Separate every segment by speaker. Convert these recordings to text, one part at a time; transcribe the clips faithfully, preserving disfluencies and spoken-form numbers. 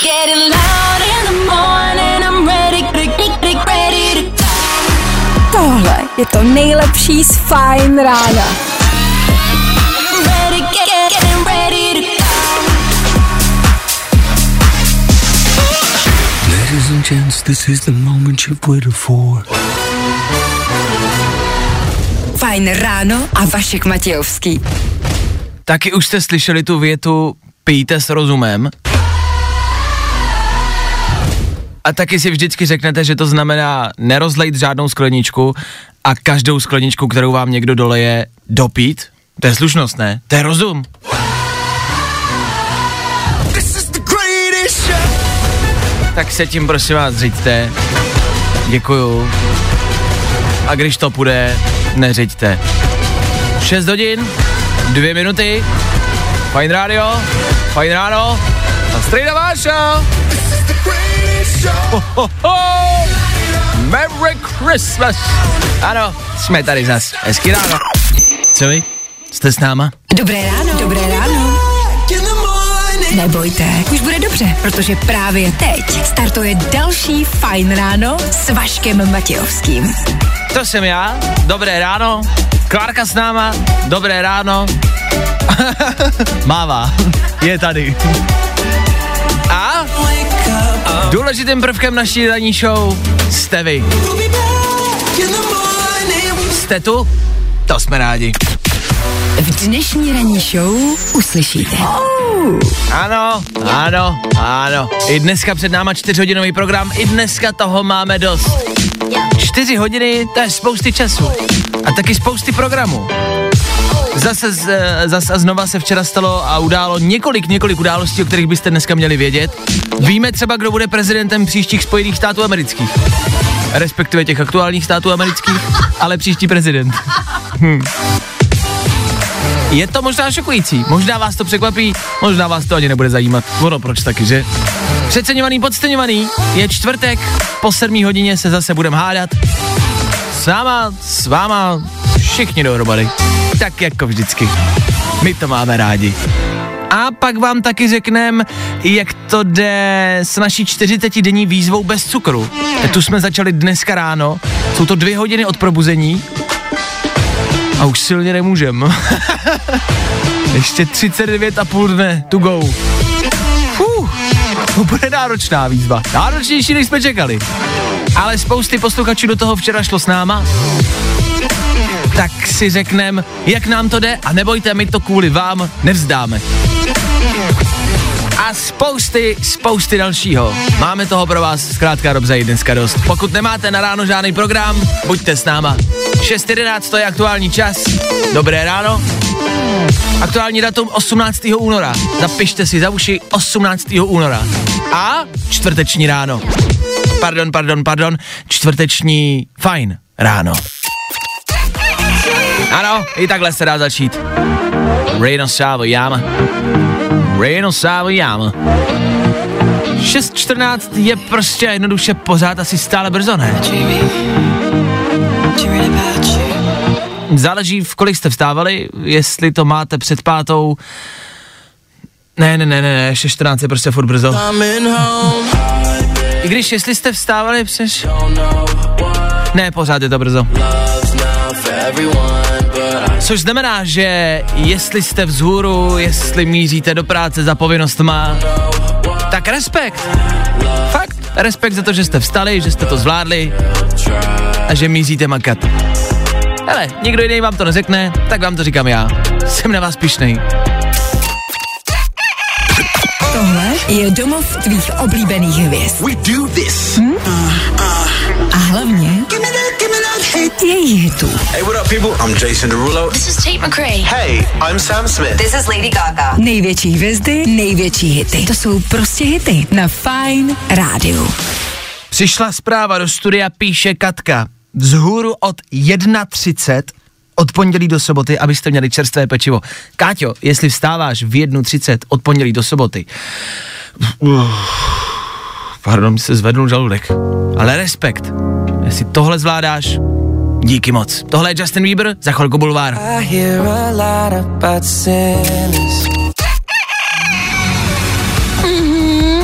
Speaker 1: Tohle je to nejlepší z Fajn rána.
Speaker 2: Ladies and gents, this is the moment you've waited for.
Speaker 1: Fajn ráno a Vašek Matějovský.
Speaker 3: Taky už jste slyšeli tu větu pijte s rozumem? A taky si vždycky řeknete, že to znamená nerozlejt žádnou skleničku a každou skleničku, kterou vám někdo doleje, dopít? To je slušnost, ne? To je rozum. Tak se tím prosím vás řiďte. Děkuju. A když to půjde, neřiďte. šest hodin, dvě minuty, Fajn rádio, Fajn ráno a Strejda Váša. Ho, ho, ho. Merry Christmas. Ano, jsme tady zas. Hezký ráno. Co vy? Jste s náma?
Speaker 1: Dobré ráno. Dobré ráno. Nebojte, už bude dobře, protože právě teď startuje další Fajn ráno s Vaškem Matějovským.
Speaker 3: To jsem já. Dobré ráno. Klárka s náma. Dobré ráno. Máva. Je tady. A důležitým prvkem naší ranní show jste vy. Jste tu? To jsme rádi.
Speaker 1: V dnešní ranní show uslyšíte. Oh.
Speaker 3: Ano, ano, ano. I dneska před náma čtyřhodinový program, i dneska toho máme dost. Čtyři hodiny, to je spousty času. A taky spousty programů. Zase, zase a znova se včera stalo a událo několik, několik událostí, o kterých byste dneska měli vědět. Víme třeba, kdo bude prezidentem příštích Spojených států amerických. Respektive těch aktuálních států amerických, ale příští prezident. Hm. Je to možná šokující, možná vás to překvapí, možná vás to ani nebude zajímat. Ono proč taky, že? Přeceňovaný, podceňovaný, je čtvrtek, po sedmý hodině se zase budeme hádat. S náma, s váma, všichni dohromady. Tak jako vždycky. My to máme rádi. A pak vám taky řekneme, jak to jde s naší čtyřicetidenní výzvou bez cukru. Tu jsme začali dneska ráno, jsou to dvě hodiny od probuzení a už silně nemůžem. Ještě třicet devět a půl dne to go. Fuh, to bude náročná výzva. Náročnější, než jsme čekali. Ale spousty posluchačů do toho včera šlo s náma. Tak si řekneme, jak nám to jde a nebojte, my to kvůli vám nevzdáme. A spousty, spousty dalšího. Máme toho pro vás zkrátka dobře i dneska dost. Pokud nemáte na ráno žádný program, buďte s náma. šest jedenáct to je aktuální čas. Dobré ráno. Aktuální datum osmnáctého února. Zapište si za uši osmnáctého února. A čtvrteční ráno. Pardon, pardon, pardon. Čtvrteční fajn ráno. Ano, i takhle se dá začít. Reno Savoyama. Reno Savoyama. šest čtrnáct je prostě jednoduše pořád asi stále brzo, ne? Záleží, v kolik jste vstávali, jestli to máte před pátou. Ne, ne, ne, ne, ne, šest čtrnáct je prostě furt brzo. I když, jestli jste vstávali přeš... Ne, pořád je to brzo. Což znamená, že jestli jste vzhůru, jestli míříte do práce za povinnostma, tak respekt. Fakt, respekt za to, že jste vstali, že jste to zvládli a že míříte makat. Hele, nikdo jiný vám to neřekne, tak vám to říkám já. Jsem na vás pyšnej.
Speaker 1: Tohle je domov tvých oblíbených hvězd.
Speaker 2: We do this.
Speaker 1: Hm? A hlavně jejich hitů.
Speaker 4: Hey, what up, people? I'm Jason Derulo.
Speaker 5: This is Tate McRae.
Speaker 4: Hey, I'm Sam Smith.
Speaker 5: This is Lady Gaga.
Speaker 1: Největší hvězdy, největší hity. To jsou prostě hity na Fajn rádiu.
Speaker 3: Přišla zpráva do studia, píše Katka. Vzhůru od jedna třicet od pondělí do soboty, abyste měli čerstvé pečivo. Káťo, jestli vstáváš v jedna třicet od pondělí do soboty, uh, pardon, mi se zvednul žaludek, ale respekt, jestli tohle zvládáš, díky moc. Tohle je Justin Bieber, za chvilku Bulvár.
Speaker 1: Mm-hmm.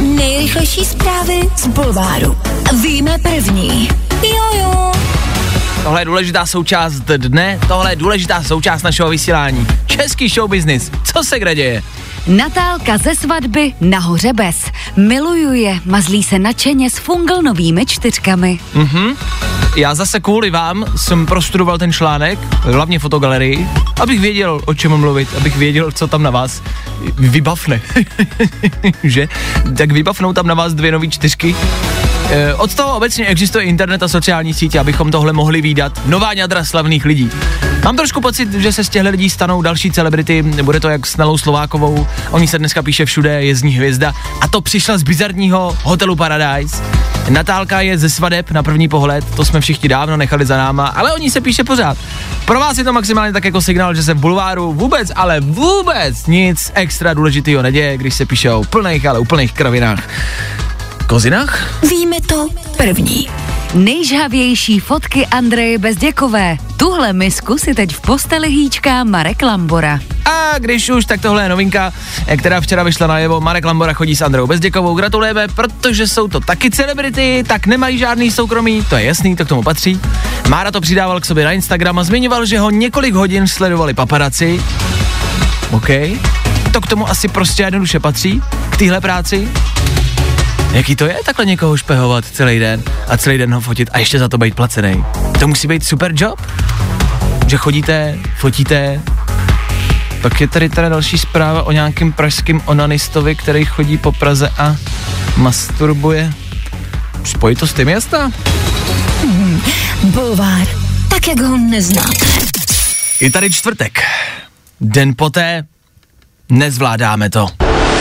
Speaker 1: nejrychlejší zprávy z bulváru. Víme první. Jojo.
Speaker 3: Tohle je důležitá součást dne, tohle je důležitá součást našeho vysílání. Český show business. Co se kde děje?
Speaker 5: Natálka ze svatby nahoře bez. Miluju je, mazlí se nadšeně s funglnovými čtyřkami.
Speaker 3: Mhm. Já zase kvůli vám jsem prostudoval ten článek, hlavně fotogalerii, abych věděl, o čem mluvit, abych věděl, co tam na vás vybavne. Že? Tak vybavnou tam na vás dvě nový čtyřky. E, od toho obecně existuje internet a sociální sítě, abychom tohle mohli vídat. Nová ňadra slavných lidí. Mám trošku pocit, že se z těchto lidí stanou další celebrity, bude to jak s Nelou Slovákovou, oni se dneska píše všude, je z ní hvězda a to přišla z bizarního hotelu Paradise. Natálka je ze svadeb na první pohled, to jsme všichni dávno nechali za náma, ale o ní se píše pořád. Pro vás je to maximálně tak jako signál, že se v bulváru vůbec, ale vůbec nic extra důležitého neděje, když se píše o plných, ale úplných kravinách. Kozinách?
Speaker 1: Víme to první.
Speaker 5: Nejžhavější fotky Andreje Bezděkové. Tuhle misku si teď v posteli hýčká Marek Lambora.
Speaker 3: A když už, tak tohle je novinka, která včera vyšla najevo. Marek Lambora chodí s Andreou Bezděkovou. Gratulujeme, protože jsou to taky celebrity, tak nemají žádný soukromí, to je jasný, to k tomu patří. Mára to přidával k sobě na Instagram a zmiňoval, že ho několik hodin sledovali paparazzi. OK. To k tomu asi prostě jednoduše patří, k téhle práci. Jaký to je takhle někoho špehovat celý den a celý den ho fotit a ještě za to být placený? To musí být super job, že chodíte, fotíte. Pak je tady teda další zpráva o nějakým pražským onanistovi, který chodí po Praze a masturbuje. Spojí to s tím města?
Speaker 1: Hmm, bulvár, tak jak ho neznáte.
Speaker 3: Je tady čtvrtek. Den poté nezvládáme to.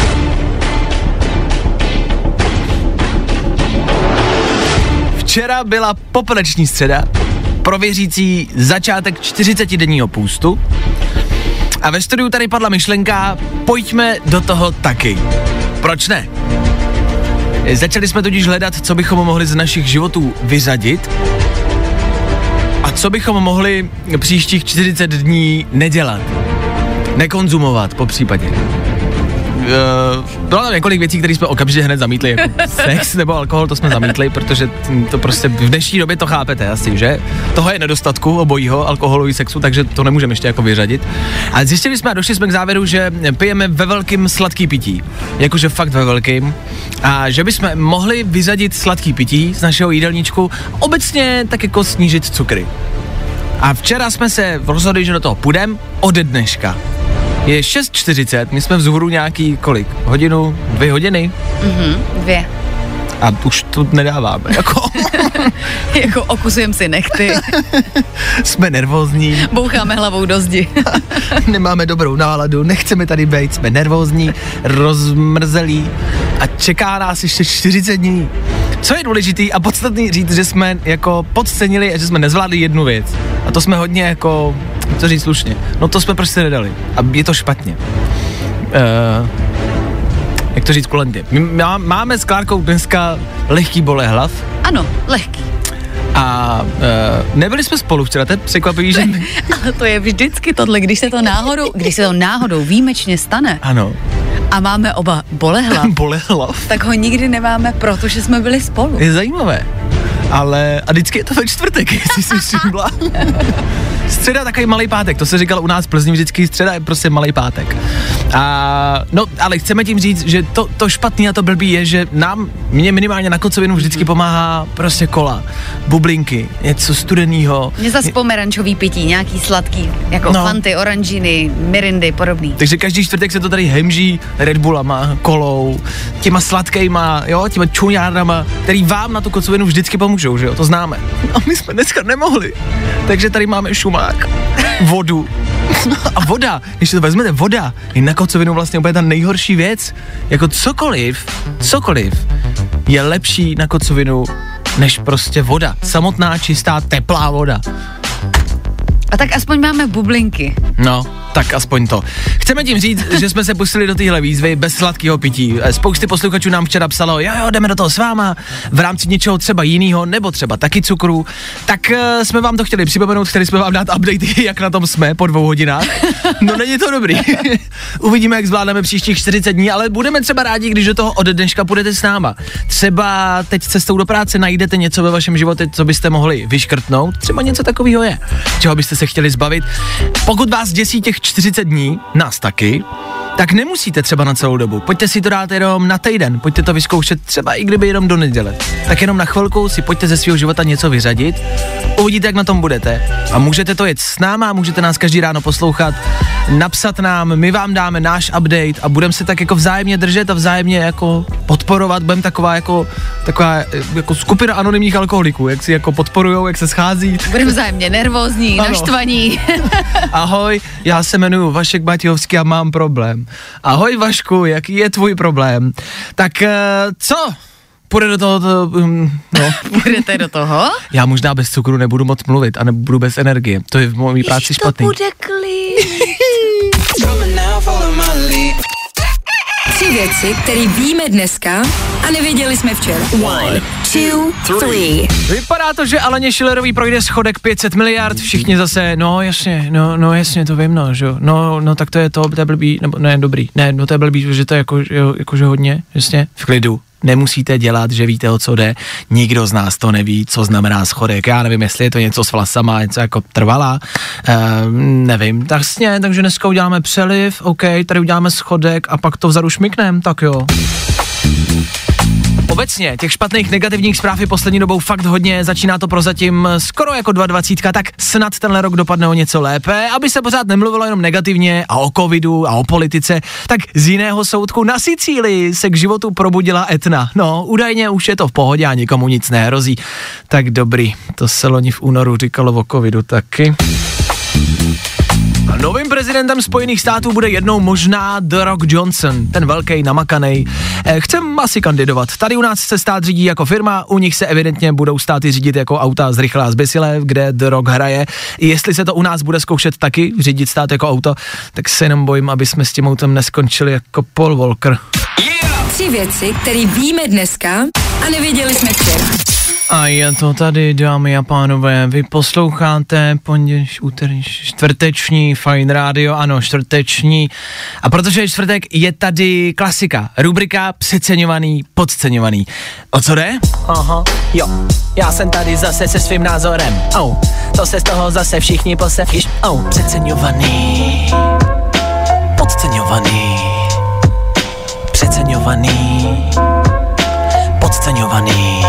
Speaker 3: Včera byla popeleční středa, prověřící začátek čtyřicetidenního půstu a ve studiu tady padla myšlenka, pojďme do toho taky. Proč ne? Začali jsme totiž hledat, co bychom mohli z našich životů vyřadit a co bychom mohli příštích čtyřicet dní nedělat, nekonzumovat po případě. Uh, bylo tam několik věcí, které jsme okamžitě hned zamítli, jako sex nebo alkohol, to jsme zamítli, protože to prostě v dnešní době to chápete asi, že? Toho je nedostatku obojího, alkoholu i sexu, takže to nemůžeme ještě jako vyřadit. A zjistili jsme a došli jsme k závěru, že pijeme ve velkým sladký pití, jakože fakt ve velkým, a že bychom mohli vyřadit sladký pití z našeho jídelníčku, obecně tak jako snížit cukry. A včera jsme se rozhodli, že do toho půjdeme ode dneška. Je šest čtyřicet, my jsme vzhůru nějaký kolik? Hodinu? Dvě hodiny?
Speaker 5: Mhm, dvě.
Speaker 3: A už to nedáváme, jako.
Speaker 5: Jako okusujem si nechty.
Speaker 3: Jsme nervózní.
Speaker 5: Boucháme hlavou do zdi.
Speaker 3: Nemáme dobrou náladu, nechceme tady být, jsme nervózní, rozmrzelí a čeká nás ještě čtyřicet dní. Co je důležitý a podstatný říct, že jsme jako podcenili a že jsme nezvládli jednu věc. A to jsme hodně jako, co říct slušně, no to jsme prostě nedali. A je to špatně. Uh, jak to říct kulantně? My máme s Klárkou dneska lehký bolehlav.
Speaker 5: Ano, lehký.
Speaker 3: A uh, nebyli jsme spolu včera, to je překvapivý, že my...
Speaker 5: Ale to je vždycky tohle, když se to náhodou, když se to náhodou výjimečně stane.
Speaker 3: Ano.
Speaker 5: A máme oba bolehlav.
Speaker 3: Bolehlav.
Speaker 5: Tak ho nikdy nemáme, protože jsme byli spolu.
Speaker 3: Je zajímavé. Ale, a vždycky je to ve čtvrtek, jestli jsi všimla. Středa takový malý pátek, to se říkalo u nás v Plzni vždycky, středa je prostě malý pátek. A, no, ale chceme tím říct, že to, to špatný a to blbý je, že nám, mě minimálně na kocovinu vždycky pomáhá prostě kola, bublinky, něco studenýho.
Speaker 5: Mě zase pomerančový pití, nějaký sladký, jako no. Fanty, oranžiny, mirindy, podobný.
Speaker 3: Takže každý čtvrtek se to tady hemží Red Bullama, kolou, těma sladkejma, jo, těma čuňárnama, který vám na tu kocovinu vždycky pomůžou, že jo, to známe. A my jsme dneska nemohli, takže tady máme šumák, vodu. A voda, když to vezmete, voda je na kocovinu vlastně úplně ta nejhorší věc. Jako cokoliv, cokoliv je lepší na kocovinu než prostě voda. Samotná, čistá, teplá voda.
Speaker 5: A tak aspoň máme bublinky.
Speaker 3: No, tak aspoň to. Chceme tím říct, že jsme se pustili do téhle výzvy bez sladkého pití. Spousty posluchačů nám včera psalo, jo, jo, jdeme do toho s váma, v rámci něčeho třeba jinýho, nebo třeba taky cukru. Tak uh, jsme vám to chtěli připomenout, chtěli jsme vám dát update, jak na tom jsme po dvou hodinách. No není to dobrý. Uvidíme, jak zvládneme příštích čtyřicet dní, ale budeme třeba rádi, když do toho od dneška půjdete s náma. Třeba teď cestou do práce najdete něco ve vašem životě, co byste mohli vyškrtnout. Třeba něco takového je, čeho byste se chtěli zbavit. Pokud vás děsí těch čtyřicet dní, nás taky, tak nemusíte třeba na celou dobu. Pojďte si to dát jenom na týden, pojďte to vyzkoušet třeba i kdyby jenom do neděle. Tak jenom na chvilku si pojďte ze svého života něco vyřadit, uvidíte, jak na tom budete. A můžete to jet s náma, můžete nás každý ráno poslouchat, napsat nám, my vám dáme náš update a budeme se tak jako vzájemně držet a vzájemně jako podporovat, budeme taková jako, taková jako skupina anonymních alkoholiků, jak si jako podporujou, jak se schází.
Speaker 5: Budeme vzájemně nervózní, ano. Naštvaní.
Speaker 3: Ahoj, já se jmenuji Vašek Matějovský a mám problém. Ahoj Vašku, jaký je tvůj problém? Tak uh, co? Půjde do toho, to, um, no.
Speaker 5: Půjdete do toho?
Speaker 3: Já možná bez cukru nebudu moc mluvit a nebudu bez energie. To je v mojí práci špatný.
Speaker 5: To bude klid.
Speaker 1: Tři věci, které víme dneska a nevěděli jsme včera. One, two, three.
Speaker 3: Vypadá to, že Aleně Schillerový projde schodek pět set miliard, všichni zase, no jasně, no, no jasně, to vím, no, že jo, no, no tak to je to, to je blbý, nebo ne, dobrý, ne, no to je blbý, že to je jako, jo, jakože hodně, jasně, v klidu. Nemusíte dělat, že víte, o co jde, nikdo z nás to neví, co znamená schodek, já nevím, jestli je to něco s vlasama, něco jako trvalá, uh, nevím, tak jasně, takže dneska uděláme přeliv, OK, tady uděláme schodek a pak to vzadu šmyknem, tak jo. Obecně, těch špatných negativních zpráv je poslední dobou fakt hodně, začíná to prozatím skoro jako dvacet dva, tak snad tenhle rok dopadne o něco lépe, aby se pořád nemluvilo jenom negativně a o covidu a o politice, tak z jiného soudku na Sicílii se k životu probudila Etna. No, údajně už je to v pohodě a nikomu nic nehrozí. Tak dobrý, to se loni v únoru říkalo o covidu taky. A novým prezidentem Spojených států bude jednou možná The Rock Johnson, ten velký namakanej. Chcem asi kandidovat. Tady u nás se stát řídí jako firma, u nich se evidentně budou státy řídit jako auta z rychlé a zběsilé, kde The Rock hraje. Jestli se to u nás bude zkoušet taky řídit stát jako auto, tak se jenom bojím, aby jsme s tím autem neskončili jako Paul Walker.
Speaker 1: Yeah! Tři věci, které víme dneska a nevěděli jsme včera.
Speaker 3: A je to tady, dámy a pánové, vy posloucháte pondělí, úterý, čtvrteční Fajn rádio, ano, čtvrteční. A protože je čtvrtek, je tady klasika, rubrika přeceňovaný, podceňovaný. O co jde? Aha, jo, já jsem tady zase se svým názorem. Oh, to se z toho zase všichni posefíš. Oh, přeceňovaný, podceňovaný, přeceňovaný, podceňovaný.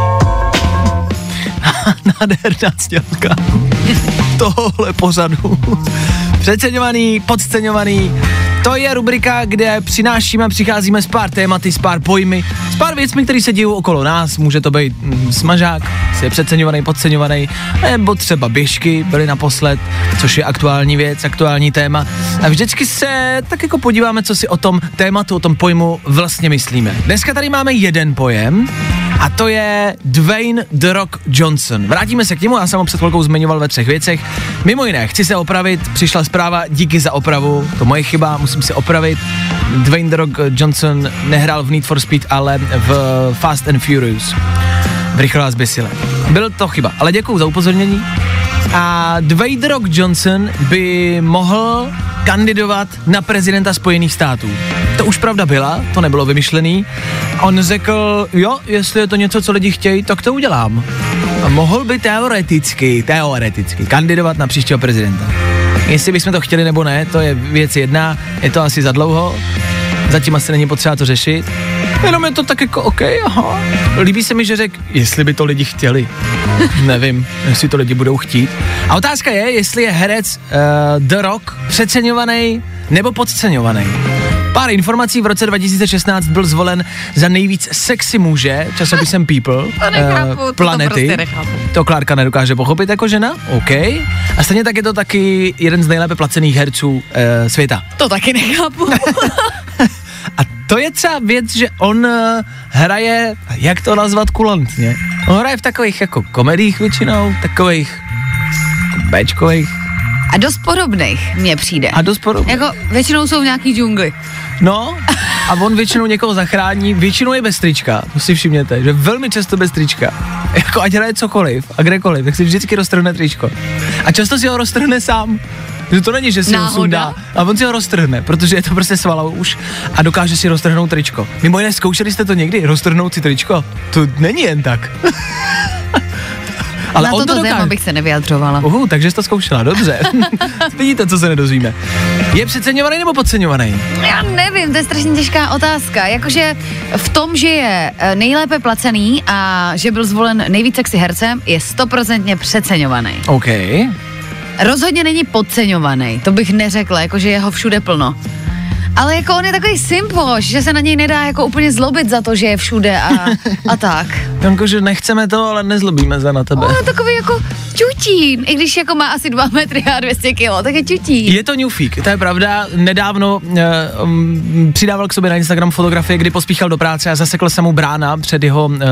Speaker 3: Nádherná stělka tohle pořadu. Přeceňovaný, podceňovaný. To je rubrika, kde přinášíme, přicházíme s pár tématy, s pár pojmy, s pár věcmi, které se dějí okolo nás. Může to být mm, smažák, je přeceňovaný, podceňovaný, nebo třeba běžky byly naposled, což je aktuální věc, aktuální téma. A vždycky se tak jako podíváme, co si o tom tématu, o tom pojmu vlastně myslíme. Dneska tady máme jeden pojem, a to je Dwayne The Rock Johnson. Vrátíme se k němu, já jsem ho před chvilkou zmiňoval ve třech věcech. Mimo jiné, chci se opravit, přišla zpráva, díky za opravu, to moje chyba, musím se opravit. Dwayne The Rock Johnson nehrál v Need for Speed, ale v Fast and Furious. V Rychle a zběsile. Byl to chyba, ale děkuju za upozornění. A Dwayne The Rock Johnson by mohl kandidovat na prezidenta Spojených států. To už pravda byla, to nebylo vymyšlený. On řekl, jo, jestli je to něco, co lidi chtějí, tak to udělám. A mohl by teoreticky, teoreticky kandidovat na příštího prezidenta. Jestli bychom to chtěli nebo ne, to je věc jedna, je to asi za dlouho, zatím asi není potřeba to řešit. Jenom je to tak jako OK, aha. Líbí se mi, že řekl, jestli by to lidi chtěli. Nevím, jestli to lidi budou chtít. A otázka je, jestli je herec uh, The Rock přeceňovaný nebo podceňovaný. Pár informací, v roce dva tisíce šestnáct byl zvolen za nejvíc sexy muže časopisem People,
Speaker 5: to nechápu,
Speaker 3: uh, planety.
Speaker 5: To, prostě
Speaker 3: to Klárka nedokáže pochopit jako žena, OK. A stejně tak je to taky jeden z nejlépe placených herců uh, světa.
Speaker 5: To taky nechápu.
Speaker 3: A to je třeba věc, že on uh, hraje, jak to nazvat kulantně, on hraje v takových jako komediích většinou, takových béčkových
Speaker 5: A dost podobných mně přijde.
Speaker 3: A dost podobných.
Speaker 5: Jako většinou jsou v nějaký džungli.
Speaker 3: No, a on většinou někoho zachrání, většinou je bez trička, to si všimněte, že velmi často bez trička. Jako ať hraje cokoliv a kdekoliv, tak si vždycky roztrhne tričko. A často si ho roztrhne sám. Že to není, že si
Speaker 5: Náhoda.
Speaker 3: ho sundá, a on si ho roztrhne, protože je to prostě svalouš a dokáže si roztrhnout tričko. Mimo jiné, zkoušeli jste to někdy, roztrhnout si tričko? To není jen tak. Ale
Speaker 5: na
Speaker 3: on
Speaker 5: toto
Speaker 3: to
Speaker 5: téma bych se nevyjadřovala.
Speaker 3: Uhu, takže jsi to zkoušela, dobře. Vidíte, co se nedozvíme. Je přeceňovaný nebo podceňovaný?
Speaker 5: Já nevím, to je strašně těžká otázka. Jakože v tom, že je nejlépe placený a že byl zvolen nejvíc sexy hercem, je stoprocentně přeceňovaný.
Speaker 3: OK.
Speaker 5: Rozhodně není podceňovaný, to bych neřekla, jakože je ho všude plno. Ale jako on je takový simpoš, že se na něj nedá jako úplně zlobit za to, že je všude a, a tak.
Speaker 3: Janko, že nechceme to, ale nezlobíme se na tebe.
Speaker 5: On je takový jako čutín, i když jako má asi dva metry a dvě stě kilo, tak je čutín.
Speaker 3: Je to ňufík, to je pravda. Nedávno uh, um, přidával k sobě na Instagram fotografie, kdy pospíchal do práce a zasekl se mu brána před jeho uh,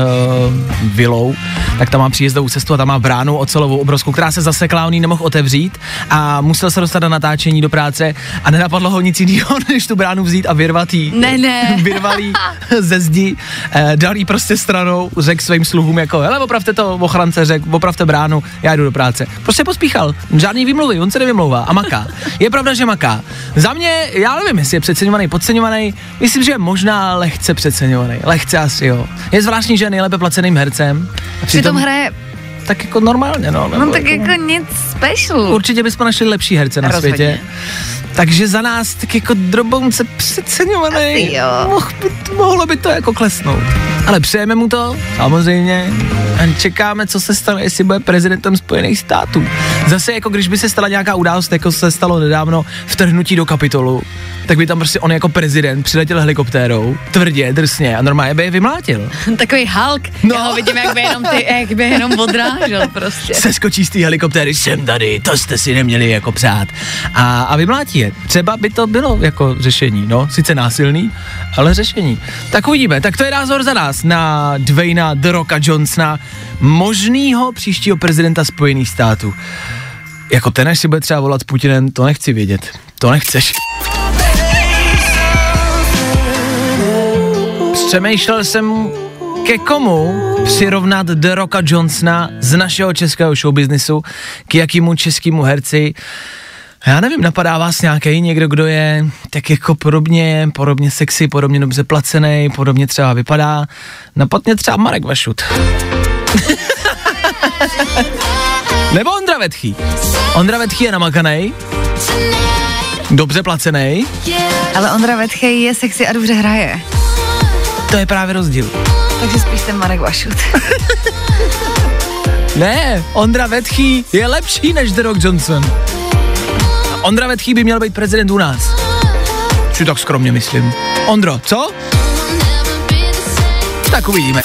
Speaker 3: vilou. Tak tam má příjezdovou cestu a tam má bránu ocelovou obrovskou, která se zasekla, on ji nemohl otevřít a musel se dostat na natáčení do práce a nenapadlo ho nic jiného, než tu bránu vzít a vyrvat jí.
Speaker 5: Ne, ne.
Speaker 3: Vyrval jí ze zdi, eh, dal jí prostě stranou, řekl svým sluhům jako, hele, opravte to, ochrance, řekl, opravte bránu, já jdu do práce. Prostě pospíchal, žádný výmluvy, on se nevymlouvá a maká. Je pravda, že maká. Za mě, já nevím, jestli je přeceňovaný, podceňovaný, myslím, že je možná lehce přeceňovaný, lehce asi jo. Je zvláštní, že je nejlépe placeným hercem.
Speaker 5: Přitom, Přitom hraje
Speaker 3: tak jako normálně, no.
Speaker 5: No tak jako nic special.
Speaker 3: Určitě bychom našli lepší herce na
Speaker 5: Rozhodně.
Speaker 3: světě. Takže za nás tak jako drobounce přeceňovaný, mohl by, mohlo by to jako klesnout. Ale přejeme mu to, samozřejmě, a čekáme, co se stane, jestli bude prezidentem Spojených států. Zase jako když by se stala nějaká událost, jako se stalo nedávno vtrhnutí do Kapitolu, tak by tam prostě on jako prezident přiletěl helikoptérou, tvrdě, drsně a normálně by je vymlátil.
Speaker 5: Takový Hulk, no. Já ho vidím, jak by jenom, ty, jak by jenom odrážel prostě.
Speaker 3: Seskočí z té helikoptéry, jsem tady, to jste si neměli jako přát. A, a vymlátí je. Třeba by to bylo jako řešení, no, sice násilný, ale řešení. Tak uvidíme, tak to je názor za nás na Dwayna The Rocka Johnsona, možnýho příštího prezidenta Spojených států. Jako ten, až si bude třeba volat s Putinem, to nechci vědět. To nechceš. Přemýšlel jsem, ke komu přirovnat The Rocka Johnsona z našeho českého showbiznisu, k jakému českému herci. Já nevím, napadá vás nějaký někdo, kdo je tak jako podobně, podobně sexy, podobně dobře placený, podobně třeba vypadá. Napadne třeba Marek Vašut. Nebo Ondra Vetchý. Ondra Vetchý je namakanej, dobře placený.
Speaker 5: Ale Ondra Vetchý je sexy a dobře hraje.
Speaker 3: To je právě rozdíl.
Speaker 5: Takže spíš ten Marek Vašut.
Speaker 3: Ne, Ondra Vetchý je lepší než The Rock Johnson. Ondra Vetchý by měl být prezident u nás. Či tak skromně myslím. Ondro, co? Tak uvidíme.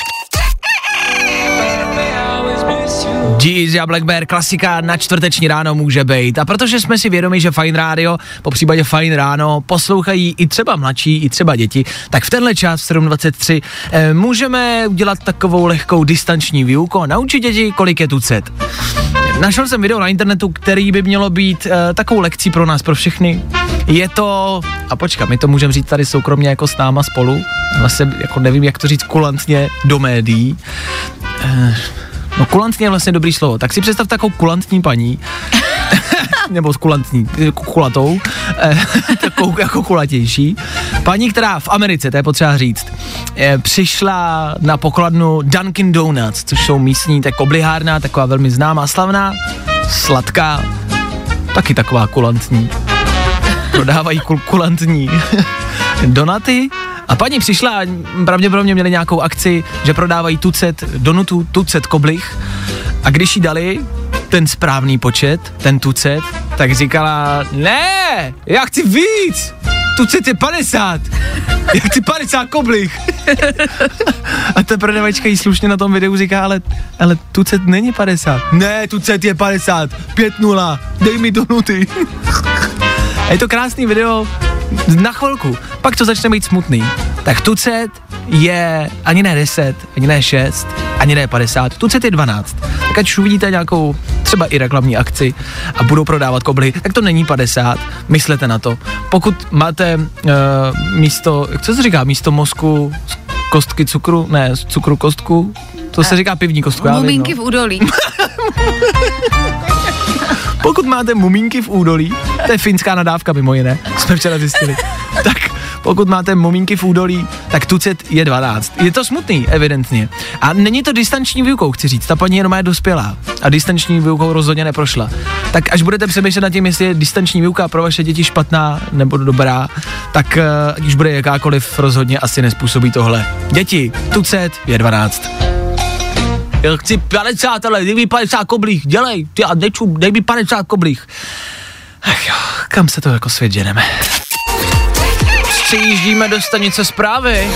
Speaker 3: G-Eazy a Black Bear, klasika na čtvrteční ráno může být. A protože jsme si vědomi, že Fajn rádio, po případě Fajn ráno, poslouchají i třeba mladší, i třeba děti, tak v tenhle čas v sedm dvacet tři eh, můžeme udělat takovou lehkou distanční výuku a naučit děti, kolik je tucet. Našel jsem video na internetu, který by mělo být eh, takovou lekcí pro nás, pro všechny. Je to, a počkat, my to můžeme říct tady soukromně jako s náma spolu, vlastně jako nevím, jak to říct kulantně do médií. Eh, No kulantní je vlastně dobrý slovo, tak si představ takovou kulantní paní, nebo kulantní, kulatou, eh, takovou jako kulatější, paní, která v Americe, to je potřeba říct, eh, přišla na pokladnu Dunkin Donuts, což jsou místní tak oblihárna, taková velmi známá, slavná, sladká, taky taková kulantní, prodávají kul- kulantní donaty. A paní přišla a pravděpodobně měli nějakou akci, že prodávají tucet donutů, tucet koblich a když jí dali ten správný počet, ten tucet, tak říkala, ne, já chci víc, tucet je padesát, já chci padesát koblich. A ta prodavačka jí slušně na tom videu říká, ale, ale tucet není padesát. Ne, tucet je padesát, pět nula, dej mi donuty. A je to krásný video, na chvilku, pak to začne být smutný. Tak tucet je ani ne deset, ani ne šest, ani ne padesát, tucet je dvanáct. Tak ať už uvidíte nějakou třeba i reklamní akci a budou prodávat koblihy, tak to není padesát, myslete na to. Pokud máte uh, místo, co se říká, místo mozku kostky cukru, ne, cukru kostku, to se říká pivní kostku.
Speaker 5: Mumínky
Speaker 3: vím, no.
Speaker 5: v údolí.
Speaker 3: Pokud máte mumínky v údolí, to je finská nadávka mimo jiné, jsme včera zjistili, tak pokud máte mumínky v údolí, tak tucet je dvanáct. Je to smutný, evidentně. A není to distanční výukou, chci říct, ta paní jenom je dospělá a distanční výukou rozhodně neprošla. Tak až budete přemýšlet nad tím, jestli je distanční výuka pro vaše děti špatná nebo dobrá, tak ať už bude jakákoliv, rozhodně asi nespůsobí tohle. Děti, tucet je dvanáct. Já chci padesát, ale dej mi padesát koblích, dělej, já neču, dej mi padesát koblích. Ach jo, kam se to jako svět ženeme? Přijíždíme do stanice Zprávy.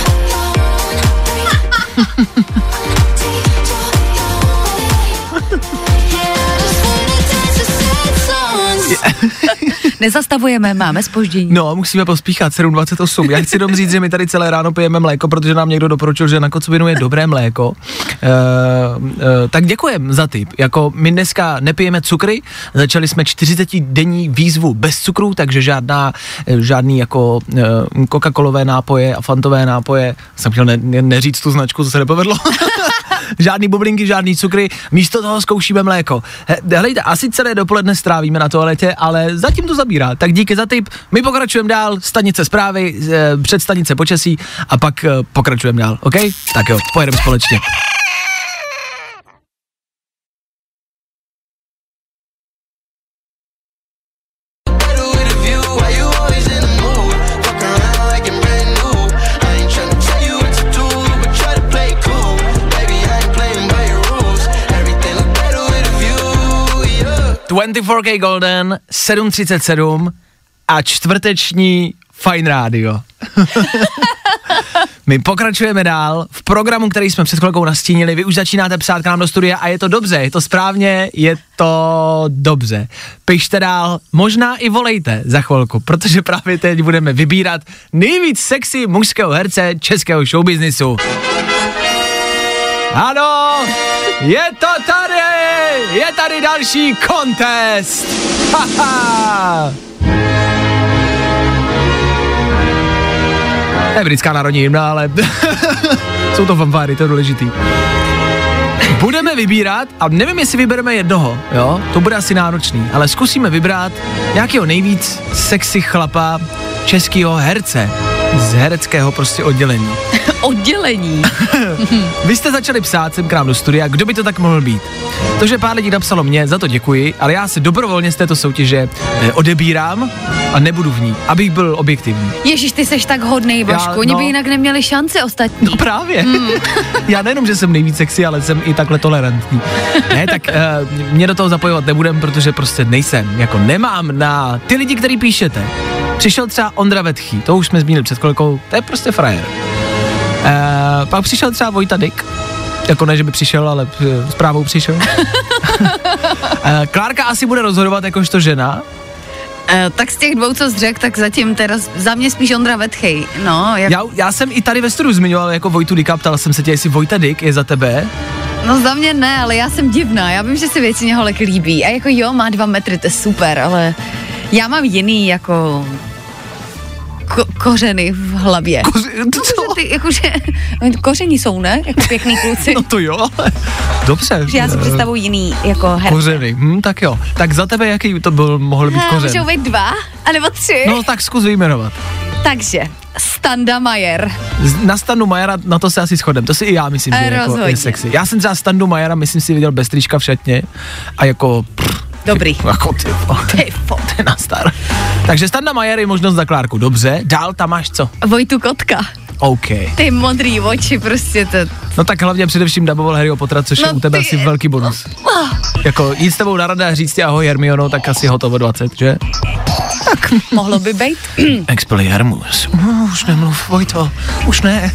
Speaker 5: Nezastavujeme, máme zpoždění.
Speaker 3: No, musíme pospíchat, sedm dvacet osm. Já chci jenom říct, že my tady celé ráno pijeme mléko, protože nám někdo doporučil, že na kocovinu je dobré mléko. Uh, uh, tak děkujem za tip. Jako my dneska nepijeme cukry, začali jsme čtyřicetidenní výzvu bez cukru, takže žádná, žádný jako uh, Coca-colové nápoje a fantové nápoje. Jsem chtěl ne, ne, neříct tu značku, co se nepovedlo. Žádný bublinky, žádný cukry, místo toho zkoušíme mléko. He, helejte, asi celé dopoledne strávíme na toaletě, ale zatím to zabírá. Tak díky za tip. My pokračujeme dál, stanice Zprávy, e, před stanice Počasí a pak e, pokračujeme dál, OK? Tak jo, pojedeme společně. dvacet čtyři K Golden, sedm třicet sedm a čtvrteční Fajn rádio. My pokračujeme dál v programu, který jsme před chvilkou nastínili. Vy už začínáte psát k nám do studia a je to dobře, je to správně, je to dobře. Pište dál, možná i volejte za chvilku, protože právě teď budeme vybírat nejvíc sexy mužského herce českého showbiznisu. Ano, je to tady, je tady další contest. Haha. To je britská národní hymna, ale jsou to fanfáry, to je důležitý. Budeme vybírat, a nevím, jestli vybereme jednoho, jo, to bude asi náročný, ale zkusíme vybrat nějakého nejvíc sexy chlapa českého herce z hereckého prostě oddělení.
Speaker 5: Oddělení.
Speaker 3: Vy jste začali psát sem k nám do studia, kdo by to tak mohl být? To, že pár lidí napsalo mě, za to děkuji, ale já se dobrovolně z této soutěže eh, odebírám a nebudu v ní, abych byl objektivní.
Speaker 5: Ježíš, ty seš tak hodnej, Vašku, oni no, by jinak neměli šanci ostatní.
Speaker 3: No právě. Mm. Já nejenom, že jsem nejvíc sexy, ale jsem i takhle tolerantní. Ne, tak eh, mě do toho zapojovat nebudem, protože prostě nejsem, jako nemám na ty lidi, který píšete. Přišel třeba Ondra Vetchý, to už jsme zmínili před chvilkou, to je prostě frajer. Uh, pak přišel třeba Vojta Dyk, jako ne, že by přišel, ale s právou přišel. uh, Klárka asi bude rozhodovat jakožto žena.
Speaker 5: Uh, tak z těch dvou, co jsi řekl, tak zatím teda za mě spíš Ondra Vetchej, no. Jak...
Speaker 3: Já, já jsem i tady ve studiu zmiňoval jako Vojtu Dyka, ptal jsem se tě, jestli Vojta Dyk je za tebe.
Speaker 5: No za mě ne, ale já jsem divná, já vím, že se většině holek líbí a jako jo, má dva metry, to je super, ale já mám jiný jako... Ko- kořeny v hlavě.
Speaker 3: Koři- to
Speaker 5: co? Ty, jakože, koření jsou, ne? Jako pěkný kluci.
Speaker 3: No to jo, ale dobře.
Speaker 5: Že já si představuji jiný jako herce.
Speaker 3: Kořeny, hm, tak jo. Tak za tebe jaký to byl, mohl být kořen?
Speaker 5: Můžou být dva, anebo tři.
Speaker 3: No tak zkus vyjmenovat.
Speaker 5: Takže, Standa Majer.
Speaker 3: Na Standu Majera, na to se asi shodem, to si i já myslím, že jako je sexy. Já jsem třeba Standu Majera, myslím si, viděl bez trička v šatně a jako... Pff,
Speaker 5: dobrý.
Speaker 3: Jako ty,
Speaker 5: ty,
Speaker 3: ty nastar. Takže Standa Majer je možnost za Klárku, dobře. Dál tam máš co?
Speaker 5: Vojtu Kotka.
Speaker 3: OK.
Speaker 5: Ty modrý oči, prostě to...
Speaker 3: No tak hlavně především daboval Harryho Pottera, což no je u tebe ty... asi velký bonus. Oh. Jako jít s tebou na rande a říct ti ahoj Hermiono, tak asi hotovo dvacet, že?
Speaker 5: Tak, mohlo by být.
Speaker 3: Expelliarmus. No, už nemluv, Vojto, už ne.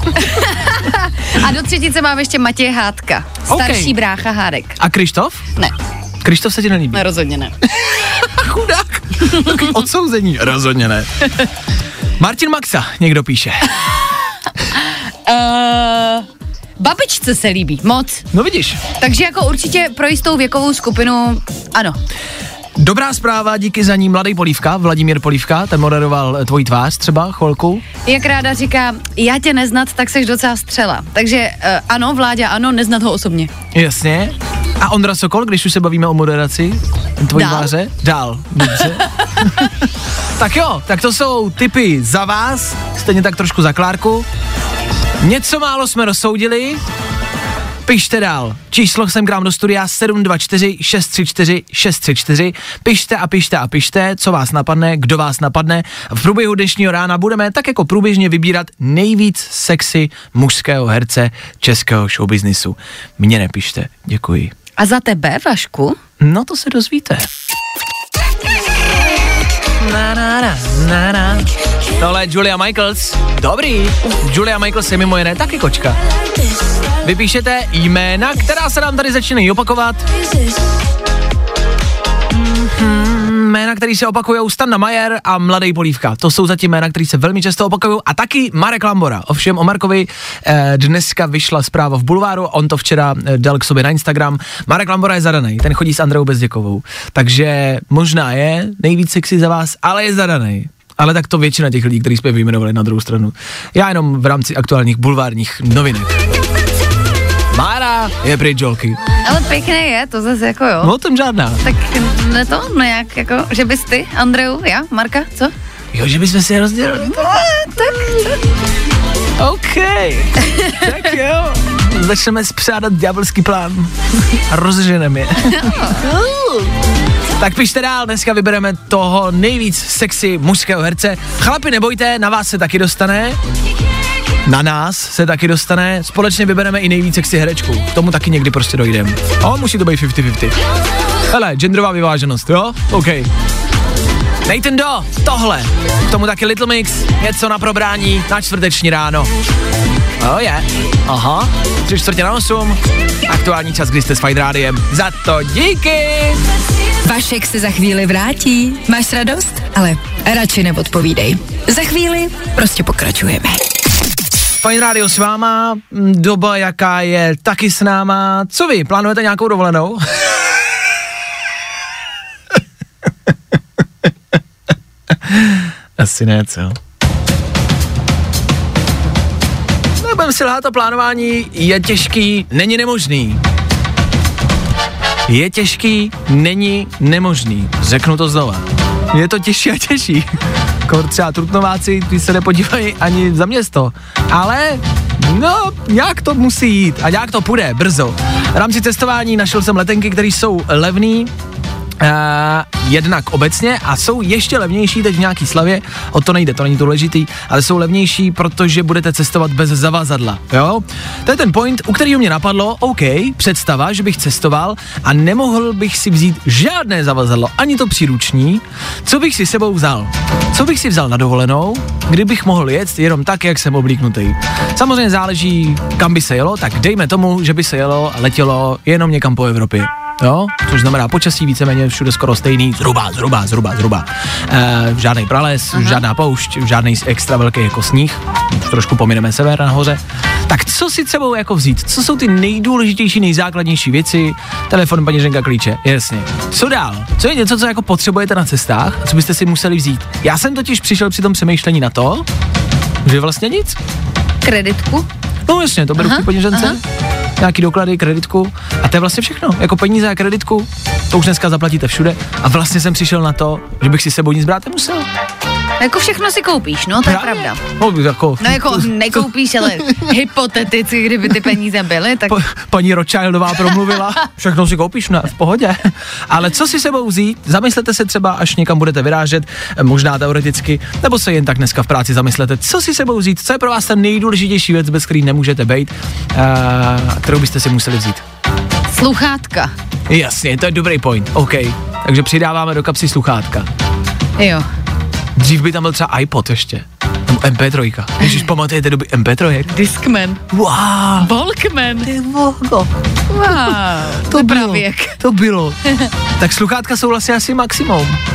Speaker 5: A do třetice mám ještě Matěj Hádka. Starší okay. brácha Hádek.
Speaker 3: A Krištof?
Speaker 5: Ne.
Speaker 3: Krištof se ti nelíbí?
Speaker 5: Ne, rozhodně ne.
Speaker 3: Chudák. Takový odsouzení. Rozhodně ne. Martin Maxa, někdo píše.
Speaker 5: uh, babičce se líbí, moc.
Speaker 3: No vidíš.
Speaker 5: Takže jako určitě pro jistou věkovou skupinu, ano.
Speaker 3: Dobrá zpráva, díky za ní Mladý Polívka, Vladimír Polívka, ten moderoval Tvojí tvář třeba chvilku.
Speaker 5: Jak ráda říká, já tě neznat, tak seš docela střela. Takže uh, ano, Vláďa, ano, neznat ho osobně.
Speaker 3: Jasně. A Ondra Sokol, když už se bavíme o moderaci Tvojí
Speaker 5: Dál.
Speaker 3: tváře? Dál. Dobře. Tak jo, tak to jsou tipy za vás, stejně tak trošku za Klárku. Něco málo jsme rozsoudili. Pište dál. Číslo sem k nám do studia sedm dva čtyři šest tři čtyři šest tři čtyři. Pište a pište a pište, co vás napadne, kdo vás napadne. V průběhu dnešního rána budeme tak jako průběžně vybírat nejvíc sexy mužského herce českého showbiznisu. Mně nepište, děkuji.
Speaker 5: A za tebe, Vašku?
Speaker 3: No to se dozvíte. Na, na, na, na, na. Tohle je Julia Michaels. Dobrý. Julia Michaels je mimo jiné taky kočka. Vypíšete jména, která se nám tady začínají opakovat. Mm-hmm. Jména, který se opakujou, Standa Majer a Mladý Polívka. To jsou zatím jména, který se velmi často opakují. A taky Marek Lambora. Ovšem o Markovi eh, dneska vyšla zpráva v Bulváru, on to včera eh, dal k sobě na Instagram. Marek Lambora je zadaný, ten chodí s Andreou Bezděkovou. Takže možná je nejvíc sexy za vás, ale je zadaný. Ale tak to většina těch lidí, kteří jsme vyjmenovali na druhou stranu. Já jenom v rámci aktuálních bulvárních novinek. Mára je pryč, žolky.
Speaker 5: Ale pěkné je, to zase jako jo.
Speaker 3: No o tom žádná.
Speaker 5: Tak ne to, nějak jako, že bys ty, Andreu, já, Marka, co?
Speaker 3: Jo, že bychom si je rozdělili.
Speaker 5: No, tak,
Speaker 3: OK. Tak jo. Začneme spřádat ďábelský plán. A rozženeme je. Tak pište dál, dneska vybereme toho nejvíc sexy mužského herce. Chlapi, nebojte, na vás se taky dostane. Na nás se taky dostane. Společně vybereme i nejvíc sexy herečku. K tomu taky někdy prostě dojdeme. O, musí to být padesát na padesát. Hele, genderová vyváženost, jo? OK. Nathan Do, tohle. K tomu taky Little Mix, něco na probrání na čtvrteční ráno. Oh je, yeah. Aha, tři čtvrtě na osm, aktuální čas, kdy jste s Fajn rádiem. Za to díky!
Speaker 1: Vašek se za chvíli vrátí. Máš radost? Ale radši neodpovídej. Za chvíli prostě pokračujeme.
Speaker 3: Fajn rádio s váma, doba jaká je, taky s náma. Co vy, plánujete nějakou dovolenou? Asi ne, co? Nebudem si lhát, to plánování je těžký, není nemožný. Je těžký, není nemožný. Řeknu to znova. Je to těžší a těžší. Kor třeba Trutnováci, ty se nepodívají ani za město. Ale, no, nějak to musí jít a nějak to půjde, brzo. V rámci cestování našel jsem letenky, které jsou levný, Uh, jednak obecně a jsou ještě levnější teď v nějaký slavě, o to nejde, to není důležitý, ale jsou levnější, protože budete cestovat bez zavazadla, jo? To je ten point, u kterého mě napadlo, OK, představa, že bych cestoval a nemohl bych si vzít žádné zavazadlo, ani to příruční, co bych si sebou vzal? Co bych si vzal na dovolenou, kdybych mohl jet jenom tak, jak jsem oblíknutý? Samozřejmě záleží, kam by se jelo, tak dejme tomu, že by se jelo a letělo jenom někam po Evropě. Jo, což znamená počasí víceméně všude skoro stejný, zhruba, zhruba, zhruba, zhruba. E, žádný prales, aha, žádná poušť, žádný extra velký jako sníh, trošku pomineme sever nahoře. Tak co si sebou jako vzít? Co jsou ty nejdůležitější, nejzákladnější věci? Telefon, peněženka, klíče, jasně. Co dál? Co je něco, co jako potřebujete na cestách a co byste si museli vzít? Já jsem totiž přišel při tom přemýšlení na to, že vlastně nic.
Speaker 5: Kreditku?
Speaker 3: No jasně, to beru v peněžence. Nějaký doklady, kreditku a to je vlastně všechno, jako peníze a kreditku, to už dneska zaplatíte všude a vlastně jsem přišel na to, že bych si sebou nic brát nemusel.
Speaker 5: Jako všechno si koupíš, no, to je pravda.
Speaker 3: No, jako,
Speaker 5: no jako nekoupíš, ale hypoteticky, kdyby ty peníze byly, tak...
Speaker 3: Pa, paní Rothschildová promluvila, všechno si koupíš, ne, v pohodě. Ale co si sebou vzít, zamyslete se třeba, až někam budete vyrážet, možná teoreticky, nebo se jen tak dneska v práci zamyslete, co si sebou vzít, co je pro vás ta nejdůležitější věc, bez který nemůžete bejt, a kterou byste si museli vzít.
Speaker 5: Sluchátka.
Speaker 3: Jasně, to je dobrý point, OK. Takže přidáváme do kapsy sluchátka.
Speaker 5: Jo.
Speaker 3: Dřív by tam byl třeba iPod ještě. Nebo em pé tři. Ježiš, pamatujete doby em pé tři?
Speaker 5: Discman.
Speaker 3: Wow.
Speaker 5: Walkman.
Speaker 3: Ty vogo.
Speaker 5: Wow.
Speaker 3: To bylo.
Speaker 5: Pravěk.
Speaker 3: To bylo. Tak sluchátka jsou vlastně asi maximum.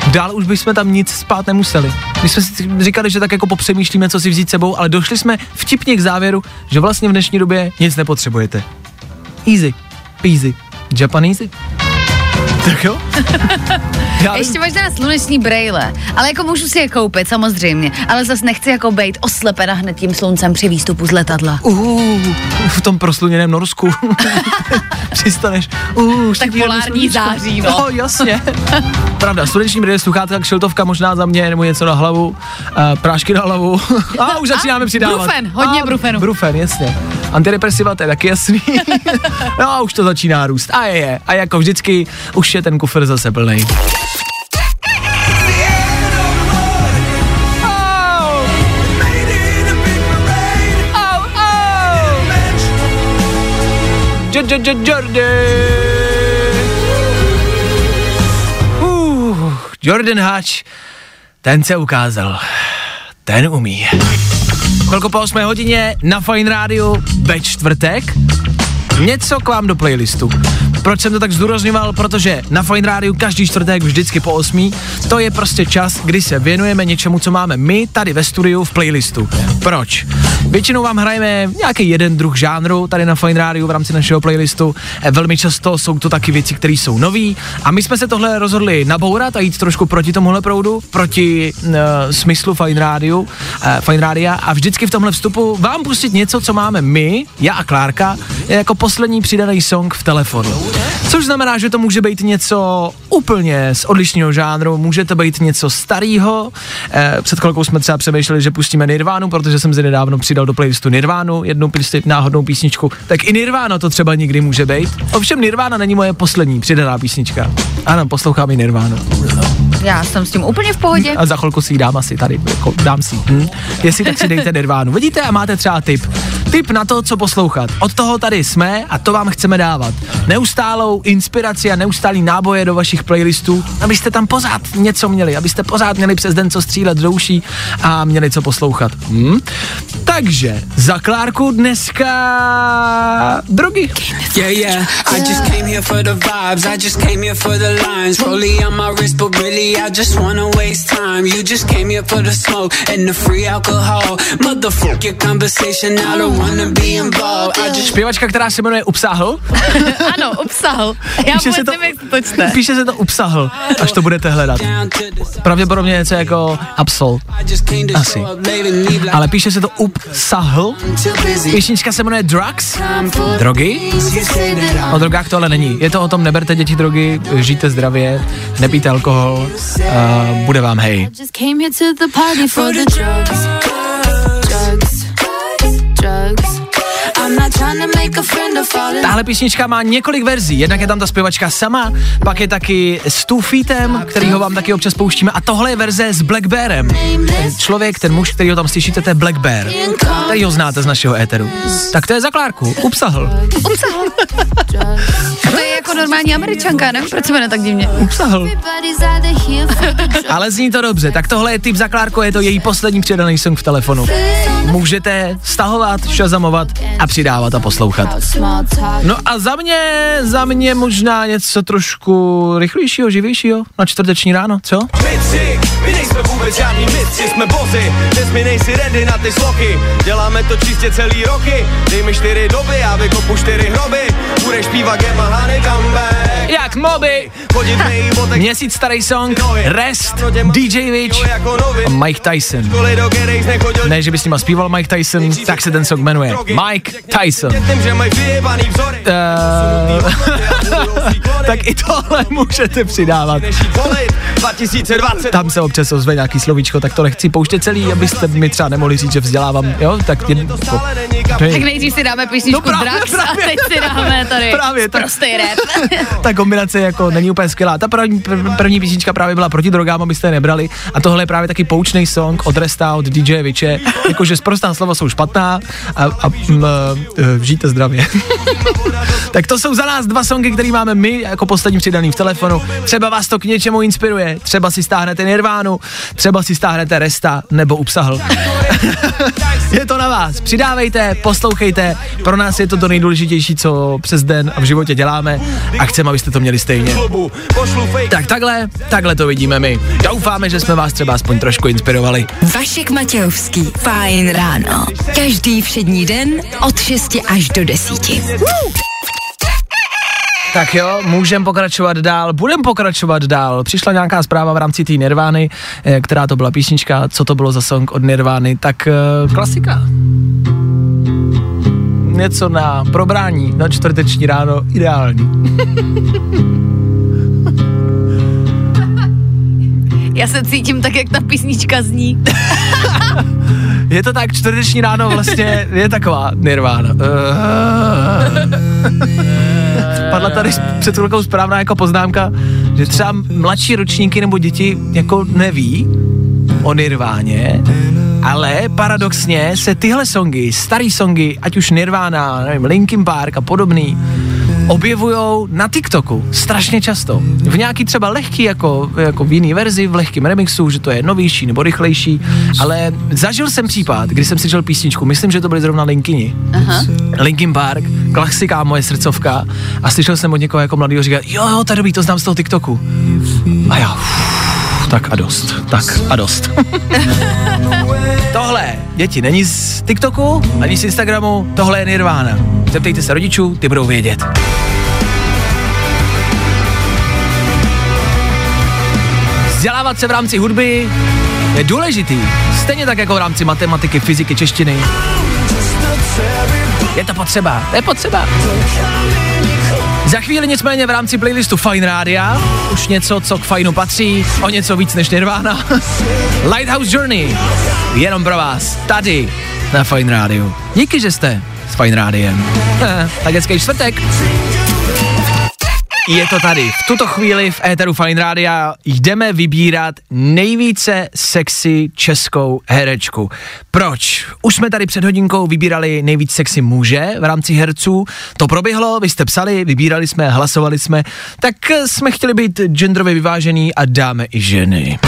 Speaker 3: dál už bychom tam nic spát nemuseli. My jsme si říkali, že tak jako popřemýšlíme, co si vzít sebou, ale došli jsme vtipně k závěru, že vlastně v dnešní době nic nepotřebujete. Easy, peasy, Japaneasy. Tak jo?
Speaker 5: Ještě možná sluneční brejle, ale jako můžu si je koupit, samozřejmě, ale zase nechci jako bejt oslepena hned tím sluncem při výstupu z letadla.
Speaker 3: Uh, v tom prosluněném Norsku. Přistaneš. Uh,
Speaker 5: tak polární září, no.
Speaker 3: No, jasně. Pravda, sluneční brýle, sluchátka, kšiltovka možná za mě, nebo něco na hlavu, uh, prášky na hlavu. A už začínáme
Speaker 5: a,
Speaker 3: přidávat.
Speaker 5: Brufen, hodně
Speaker 3: a,
Speaker 5: brufenu.
Speaker 3: Brufen, jasně. Antidepresiva, to je taky jasný. No, už to začíná růst. A je, je. A jako vždycky, už je ten kufr zase plnej. Jordan. Uh, Jordan Hatch, ten se ukázal, ten umí. Chvilku po osmé hodině na Fajn rádiu ve čtvrtek. Něco k vám do playlistu. Proč jsem to tak zdůrazňoval? Protože na Fajn rádiu každý čtvrtek vždycky po osmí, to je prostě čas, kdy se věnujeme něčemu, co máme my tady ve studiu v playlistu. Proč? Většinou vám hrajeme nějaký jeden druh žánru tady na Fajn rádiu v rámci našeho playlistu. Velmi často jsou to taky věci, které jsou nový a my jsme se tohle rozhodli nabourat a jít trošku proti tomuhle proudu, proti uh, smyslu Fajn rádiu, uh, Fajn rádia a vždycky v tomhle vstupu vám pustit něco, co máme my, já a Klárka, jako poslední přidaný song v telefonu. Což znamená, že to může být něco úplně z odlišného žánru, může to být něco starého. Eh, před chvilkou jsme třeba přemýšleli, že pustíme Nirvánu, protože jsem si nedávno přidal do playlistu Nirvánu, jednu písni, náhodnou písničku, tak i Nirvána to třeba někdy může být. Ovšem Nirvána není moje poslední přidaná písnička. Ano, poslouchám i Nirvánu.
Speaker 5: Já jsem s tím úplně v pohodě.
Speaker 3: A za chvilku si ji dám asi tady, jako dám si. Hm? Jestli tak si dejte Nirvánu. Vidíte a máte třeba tip. Tip na to, co poslouchat. Od toho tady jsme a to vám chceme dávat. Neustálou inspiraci a neustálý náboje do vašich playlistů, abyste tam pořád něco měli, abyste pořád měli přes den co střílet do uší a měli co poslouchat. Hm? Takže za Klárku dneska drogy.
Speaker 2: Yeah, yeah, I just came here for the vibes, I just came here for the lines, rollie on my wrist, but really I just wanna waste time. You just came here for the smoke and the free alcohol. Motherfuck your conversation, I don't wanna be involved. I just...
Speaker 3: Zpěvačka, která se jmenuje Upsahl.
Speaker 5: Ano, Upsahl. Já
Speaker 3: Píše
Speaker 5: vůbec
Speaker 3: se to,
Speaker 5: nevím, jak to čte.
Speaker 3: Píše se to Upsahl, až to budete hledat. Pravděpodobně něco jako Absol. Asi. Ale píše se to Upsahl. Písnička se jmenuje Drugs. Drogy. O drogách to ale není. Je to o tom, neberte děti drogy, žijte zdravě, nepijte alkohol, uh, bude vám hej. Tahle písnička má několik verzí, jednak je tam ta zpěvačka sama, pak je taky s Two Feetem, kterýho vám taky občas pouštíme a tohle je verze s Black Bearem. Ten člověk, ten muž, kterýho tam slyšíte, to je Black Bear, který ho znáte z našeho éteru. Tak to je za Klárku, Upsahl.
Speaker 5: Upsahl. To je jako normální Američanka, nevím, proč se jmenuje tak divně.
Speaker 3: Upsahl. Ale zní to dobře, tak tohle je tip za Klárku, je to její poslední přidaný song v telefonu. Můžete stahovat, šazamovat a přidávat a poslouchat. No a za mě, za mě možná něco trošku rychlejšího, živějšího na čtvrteční ráno, co?
Speaker 6: Myci, my nejsme vůbec žádný myci, jsme bozy, dnes mi nejsi ready na ty sloky, děláme to čistě celý roky, dej mi čtyři doby, já vykopu čtyři hroby, budeš zpívat Get My Honey Comeback.
Speaker 3: Jak Moby, měsíc starý song, Rest, D J Witch a Mike Tyson. Ne, že by s nima zpíval Mike Tyson, tak se ten song jmenuje Mike Tyson. Uh, tak i tohle můžete přidávat. Tam se občas ozve nějaký slovíčko, tak to nechci pouštět celý, abyste mi třeba nemohli říct, že vzdělávám, jo? Tak, jedn, to,
Speaker 5: tak nejdřív si dáme písničku no Drugs a teď si dáme tady
Speaker 3: právě,
Speaker 5: prostý rap.
Speaker 3: Ta kombinace jako není úplně skvělá. Ta první, první písnička právě byla proti drogám, abyste je nebrali a tohle je právě taky poučný song od Resta, od D J Witche, jakože sprostá slova jsou špatná a, a m, žijte zdravě. Tak to jsou za nás dva songy, které máme my jako poslední přidaný v telefonu. Třeba vás to k něčemu inspiruje, třeba si stáhnete Nirvánu, třeba si stáhnete Resta nebo Upsahl. Je to na vás. Přidávejte, poslouchejte. Pro nás je to to nejdůležitější, co přes den a v životě děláme a chceme, abyste abyste to měli stejně. Tak takhle, takhle to vidíme my. Doufáme, že jsme vás třeba aspoň trošku inspirovali.
Speaker 1: Vašek Matějovský, Fajn ráno. Každý všední den od šesti až do desíti.
Speaker 3: Tak jo, můžeme pokračovat dál, budeme pokračovat dál. Přišla nějaká zpráva v rámci té Nirvány, která to byla písnička, co to bylo za song od Nirvány, tak klasika. Něco na probrání, na čtvrteční ráno, ideální.
Speaker 5: Já se cítím tak, jak ta písnička zní.
Speaker 3: Je to tak, čtvrteční ráno vlastně je taková Nirvána. Padla tady před chvilkou správná jako poznámka, že třeba mladší ročníky nebo děti jako neví o Nirváně, ale paradoxně se tyhle songy, starý songy, ať už Nirvana, nevím, Linkin Park a podobný, objevujou na TikToku strašně často. V nějaký třeba lehký, jako, jako v jiný verzi, v lehkým remixu, že to je novější nebo rychlejší, ale zažil jsem případ, kdy jsem slyšel písničku, myslím, že to byly zrovna Linkini. Aha. Linkin Park, klasika, moje srdcovka, a slyšel jsem od někoho jako mladýho říkat, jo, jo, to je dobrý, to znám z toho TikToku. A já, uf, tak a dost, tak a dost. Tohle, děti, není z TikToku, ani z Instagramu, tohle je Nirvana. Zeptejte se rodičů, ty budou vědět. Vzdělávat se v rámci hudby je důležitý, stejně tak jako v rámci matematiky, fyziky, češtiny. Je to potřeba, je potřeba. Za chvíli nicméně v rámci playlistu Fajn rádia, už něco, co k Fajnu patří, o něco víc než Nirvana. Lighthouse Journey, jenom pro vás, tady na Fajn rádiu. Díky, že jste s Fajn rádiem. Tak hezký čtvrtek. Je to tady. V tuto chvíli v éteru Fajn rádia jdeme vybírat nejvíce sexy českou herečku. Proč? Už jsme tady před hodinkou vybírali nejvíc sexy muže v rámci herců. To proběhlo, vy jste psali, vybírali jsme, hlasovali jsme, tak jsme chtěli být genderově vyvážený a dáme i ženy.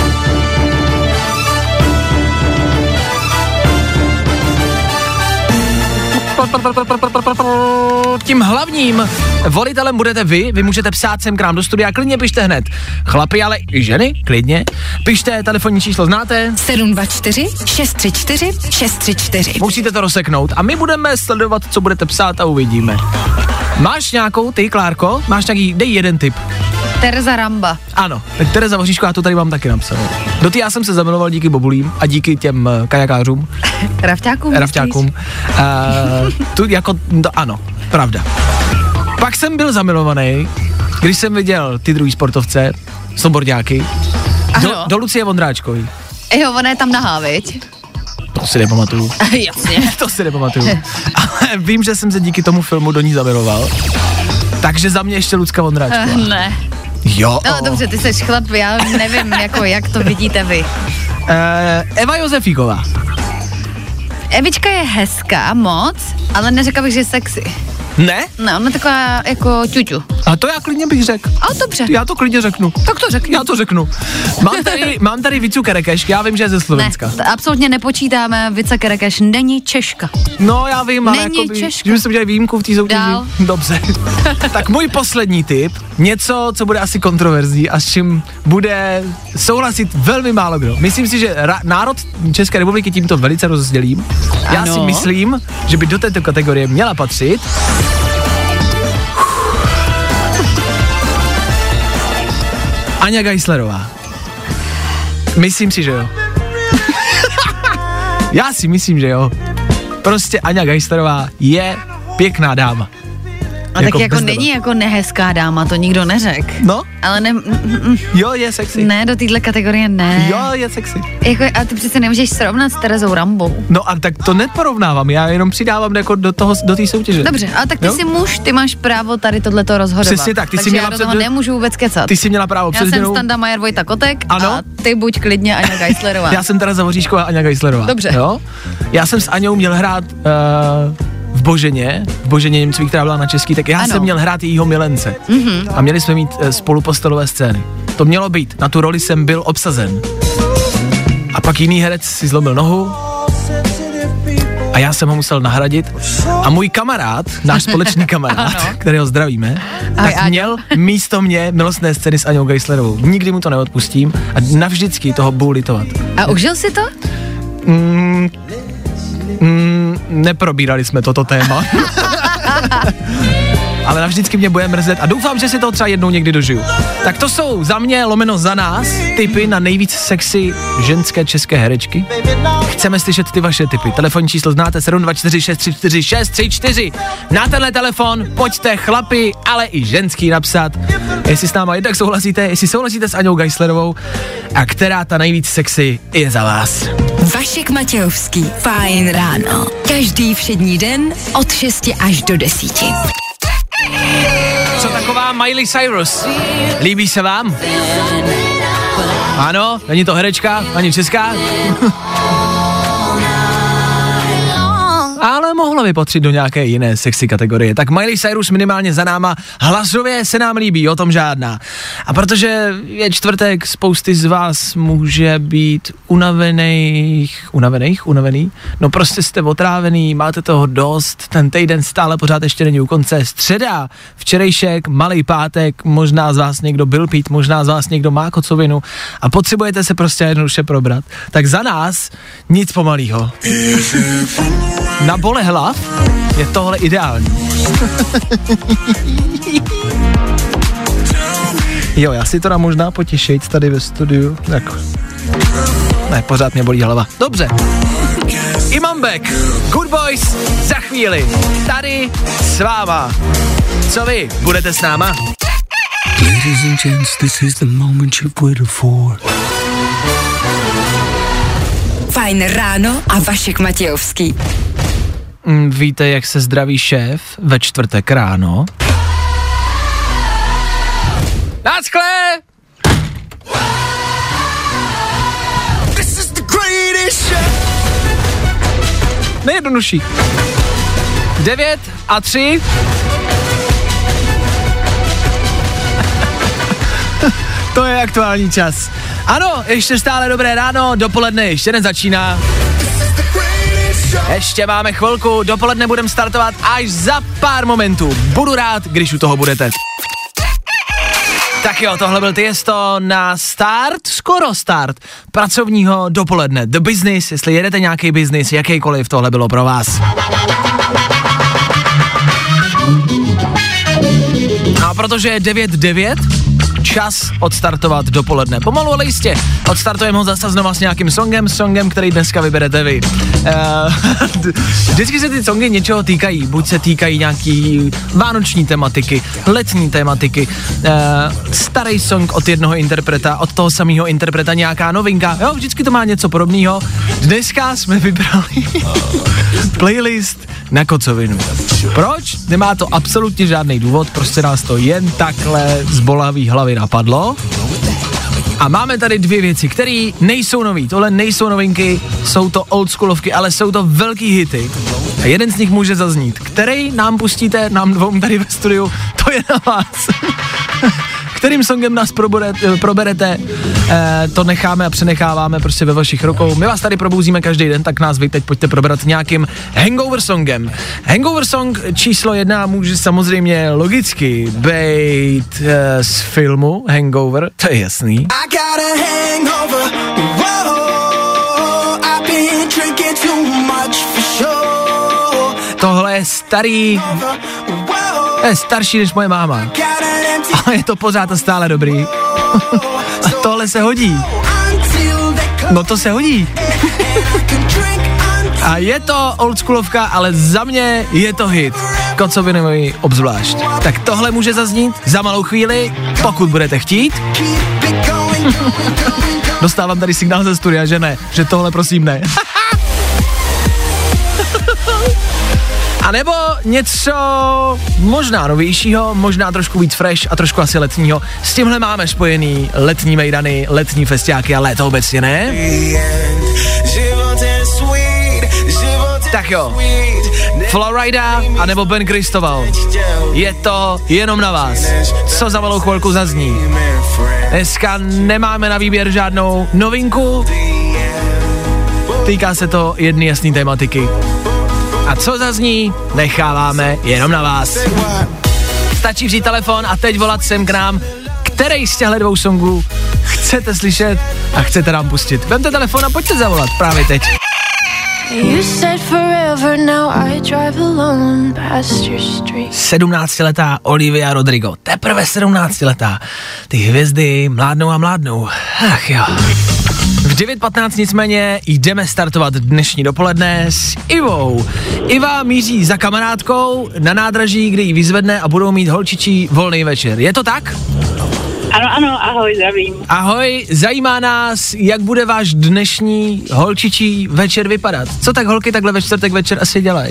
Speaker 3: Tím hlavním volitelem budete vy, vy můžete psát sem k nám do studia, klidně pište hned. Chlapi, ale i ženy, klidně. Pište, telefonní číslo znáte?
Speaker 1: sedm dva čtyři šest tři čtyři šest tři čtyři.
Speaker 3: Musíte to rozseknout a my budeme sledovat, co budete psát a uvidíme. Máš nějakou, ty, Klárko? Máš nějaký, dej jeden tip.
Speaker 5: Tereza Ramba.
Speaker 3: Ano, tak Tereza Voříšková, to tady mám taky napsanou. Do ty já jsem se zamiloval díky bobulím a díky těm uh, kajakářům.
Speaker 5: Rafťákům.
Speaker 3: Rafťákům. Uh, tu jako, to, ano, pravda. Pak jsem byl zamilovaný, když jsem viděl ty druhý sportovce, snowboarďáky, do, do Lucie Vondráčkový.
Speaker 5: Jo, ona je tam nahá, viď?
Speaker 3: To si nepamatuju.
Speaker 5: Jasně.
Speaker 3: To si nepamatuju. Ale vím, že jsem se díky tomu filmu do ní zamiloval. Takže za mě ještě Lucka Vondráčková.
Speaker 5: Uh, ne.
Speaker 3: Jo.
Speaker 5: No dobře, ty seš chlap, já nevím, jako, jak to vidíte vy.
Speaker 3: Uh, Eva Josefíková.
Speaker 5: Evička je hezká moc, ale neřekla bych, že je sexy.
Speaker 3: Ne?
Speaker 5: No, ona je taková jako ťuťu.
Speaker 3: A to já klidně bych řekl.
Speaker 5: A dobře.
Speaker 3: Já to klidně řeknu.
Speaker 5: Tak to řekni.
Speaker 3: Já to řeknu. Mám tady, mám tady Vicu Kerekeš, já vím, že je ze Slovenska.
Speaker 5: Ne, absolutně nepočítáme, Vica Kerekeš není Češka.
Speaker 3: No, já vím, ale
Speaker 5: není
Speaker 3: jakoby,
Speaker 5: Češka.
Speaker 3: že jsme udělali výjimku v té soutěži.
Speaker 5: Dál.
Speaker 3: Dobře. Tak můj poslední tip, něco, co bude asi kontroverzní a s čím bude souhlasit velmi málo kdo. Myslím si, že ra- národ České republiky tímto velice rozdělím. Já
Speaker 5: Ano.
Speaker 3: si myslím, že by do této kategorie měla patřit Aňa Geislerová. Myslím si, že jo. Já si myslím, že jo. Prostě Aňa Geislerová je pěkná dáma.
Speaker 5: A jako tak jako není jako nehezká dáma, to nikdo neřekl.
Speaker 3: No?
Speaker 5: Ale ne... Mm, mm,
Speaker 3: Jo, je sexy.
Speaker 5: ne, do téhle kategorie ne.
Speaker 3: Jo, je sexy.
Speaker 5: Jako, a ty přece nemůžeš srovnat s Terezou Rambou.
Speaker 3: No a tak to neporovnávám, já jenom přidávám jako do toho, do té soutěže.
Speaker 5: Dobře, ale tak ty
Speaker 3: jo?
Speaker 5: jsi muž, ty máš právo tady tohleto rozhodovat.
Speaker 3: Přesně tak, ty
Speaker 5: takže
Speaker 3: jsi měla
Speaker 5: já do
Speaker 3: před-
Speaker 5: toho nemůžu vůbec kecat.
Speaker 3: Ty jsi měla právo
Speaker 5: Já
Speaker 3: před
Speaker 5: jsem
Speaker 3: změnou.
Speaker 5: Standa Majer Vojta Kotek
Speaker 3: Ano.
Speaker 5: a ty buď klidně Aňa Geislerová.
Speaker 3: Já jsem Tereza Voříšková a Aňa Geislerová.
Speaker 5: Dobře.
Speaker 3: Jo? Já jsem s Aňou měl hrát uh, v Boženě, v Boženě Němcový, která byla na český, tak já
Speaker 5: Ano.
Speaker 3: jsem měl hrát jejího milence. Mm-hmm. A měli jsme mít uh, spolu postelové scény. To mělo být, na tu roli jsem byl obsazen. A pak jiný herec si zlomil nohu a a já jsem ho musel nahradit a můj kamarád, náš společný kamarád, kterého zdravíme, tak
Speaker 5: Ahoj,
Speaker 3: měl místo mě milostné scény s Aňou Geislerovou. Nikdy mu to neodpustím a navždycky toho budu litovat.
Speaker 5: A užil si to?
Speaker 3: Mm, mm, neprobírali jsme toto téma. Ale navždycky mě bude mrzet a doufám, že si to třeba jednou někdy dožiju. Tak to jsou za mě, lomeno za nás, tipy na nejvíc sexy ženské české herečky. Chceme slyšet ty vaše tipy. Telefonní číslo znáte sedm dva čtyři šest tři čtyři šest tři čtyři. Na tenhle telefon pojďte chlapi, ale i ženský napsat. Jestli s náma jednak souhlasíte, jestli souhlasíte s Aňou Geislerovou a která ta nejvíc sexy je za vás.
Speaker 1: Vašek Matějovský, Fajn ráno. Každý všední den od šesti až do desíti.
Speaker 3: Co taková Miley Cyrus? Líbí se vám? Ano, není to herečka, ani česká? Ale mohlo by patřit do nějaké jiné sexy kategorie. Tak Miley Cyrus minimálně za náma, hlasově se nám líbí, o tom žádná. A protože je čtvrtek, spousty z vás může být unavených, unavených, unavený? No prostě jste otrávený, máte toho dost, ten týden stále pořád ještě není u konce. Středa, včerejšek, malý pátek, možná z vás někdo byl pít, možná z vás někdo má kocovinu a potřebujete se prostě jednoduše probrat. Tak za nás nic pomalýho. Na bole hlav je tohle ideální. Jo, já si to dám možná potěšit tady ve studiu. Tak. Ne, pořád mě bolí hlava. Dobře. Imambek, Good Boys, za chvíli. Tady s váma. Co vy, budete s náma?
Speaker 2: Ladies and gents, this is the moment you've waited for.
Speaker 1: Fajn ráno a Vašek Matějovský.
Speaker 3: Mm, víte, jak se zdraví šéf ve čtvrtek ráno? Naschle! Nejjednodušší. Devět a tři. To je aktuální čas. Ano, ještě stále dobré ráno, dopoledne ještě nezačíná. Ještě máme chvilku, dopoledne budeme startovat až za pár momentů. Budu rád, když u toho budete. Tak jo, tohle byl Tiesto na start, skoro start pracovního dopoledne. The Business, jestli jedete nějaký business, jakýkoliv, tohle bylo pro vás. A protože je devět devět, čas odstartovat dopoledne. Pomalu, ale jistě. Odstartujeme ho zase znova s nějakým songem, songem, který dneska vyberete vy. Uh, vždycky se ty songy něčeho týkají. Buď se týkají nějaký vánoční tematiky, letní tematiky, uh, starý song od jednoho interpreta, od toho samého interpreta nějaká novinka. Jo, vždycky to má něco podobného. Dneska jsme vybrali playlist na kocovinu. Proč? Nemá to absolutně žádný důvod, prostě nás to jen takhle z bolavý hlavy napadlo. A máme tady dvě věci, které nejsou nový. Tohle nejsou novinky, jsou to oldschoolovky, ale jsou to velký hity. A jeden z nich může zaznít. Který nám pustíte, nám dvou tady ve studiu, to je na vás. Kterým songem nás proberete, proberete eh, to necháme a přenecháváme prostě ve vašich rukou. My vás tady probouzíme každý den, tak nás vy teď pojďte probrat nějakým hangover songem. Hangover song číslo jedna může samozřejmě logicky být eh, z filmu Hangover, to je jasný. Tohle je starý, je starší než moje máma. Ale je to pořád a stále dobrý. A tohle se hodí. No to se hodí. A je to oldschoolovka, ale za mě je to hit. Kocovinový obzvlášť. Tak tohle může zaznít za malou chvíli, pokud budete chtít. Dostávám tady signál ze studia, že ne, že tohle prosím ne. A nebo něco možná novějšího, možná trošku víc fresh a trošku asi letního. S tímhle máme spojený letní mejdany, letní festiáky a léto obecně, ne? Tak jo, Florida a nebo Ben Christoval. Je to jenom na vás. Co za malou chvilku zazní. Dneska nemáme na výběr žádnou novinku. Týká se to jedné jasné tematiky. A co zazní, necháváme jenom na vás. Stačí vzít telefon a teď volat sem k nám, který z těchto dvou songů chcete slyšet a chcete nám pustit. Vemte telefon a pojďte zavolat právě teď. sedmnáctiletá Olivia Rodrigo, teprve sedmnáctiletá. Ty hvězdy mládnou a mládnou. Ach jo. V devět patnáct nicméně jdeme startovat dnešní dopoledne s Ivou. Iva míří za kamarádkou na nádraží, kde ji vyzvedne a budou mít holčičí volný večer. Je to tak?
Speaker 7: Ano, ano, ahoj, zdravím.
Speaker 3: Ahoj, zajímá nás, jak bude váš dnešní holčičí večer vypadat. Co tak holky takhle ve čtvrtek večer asi dělají?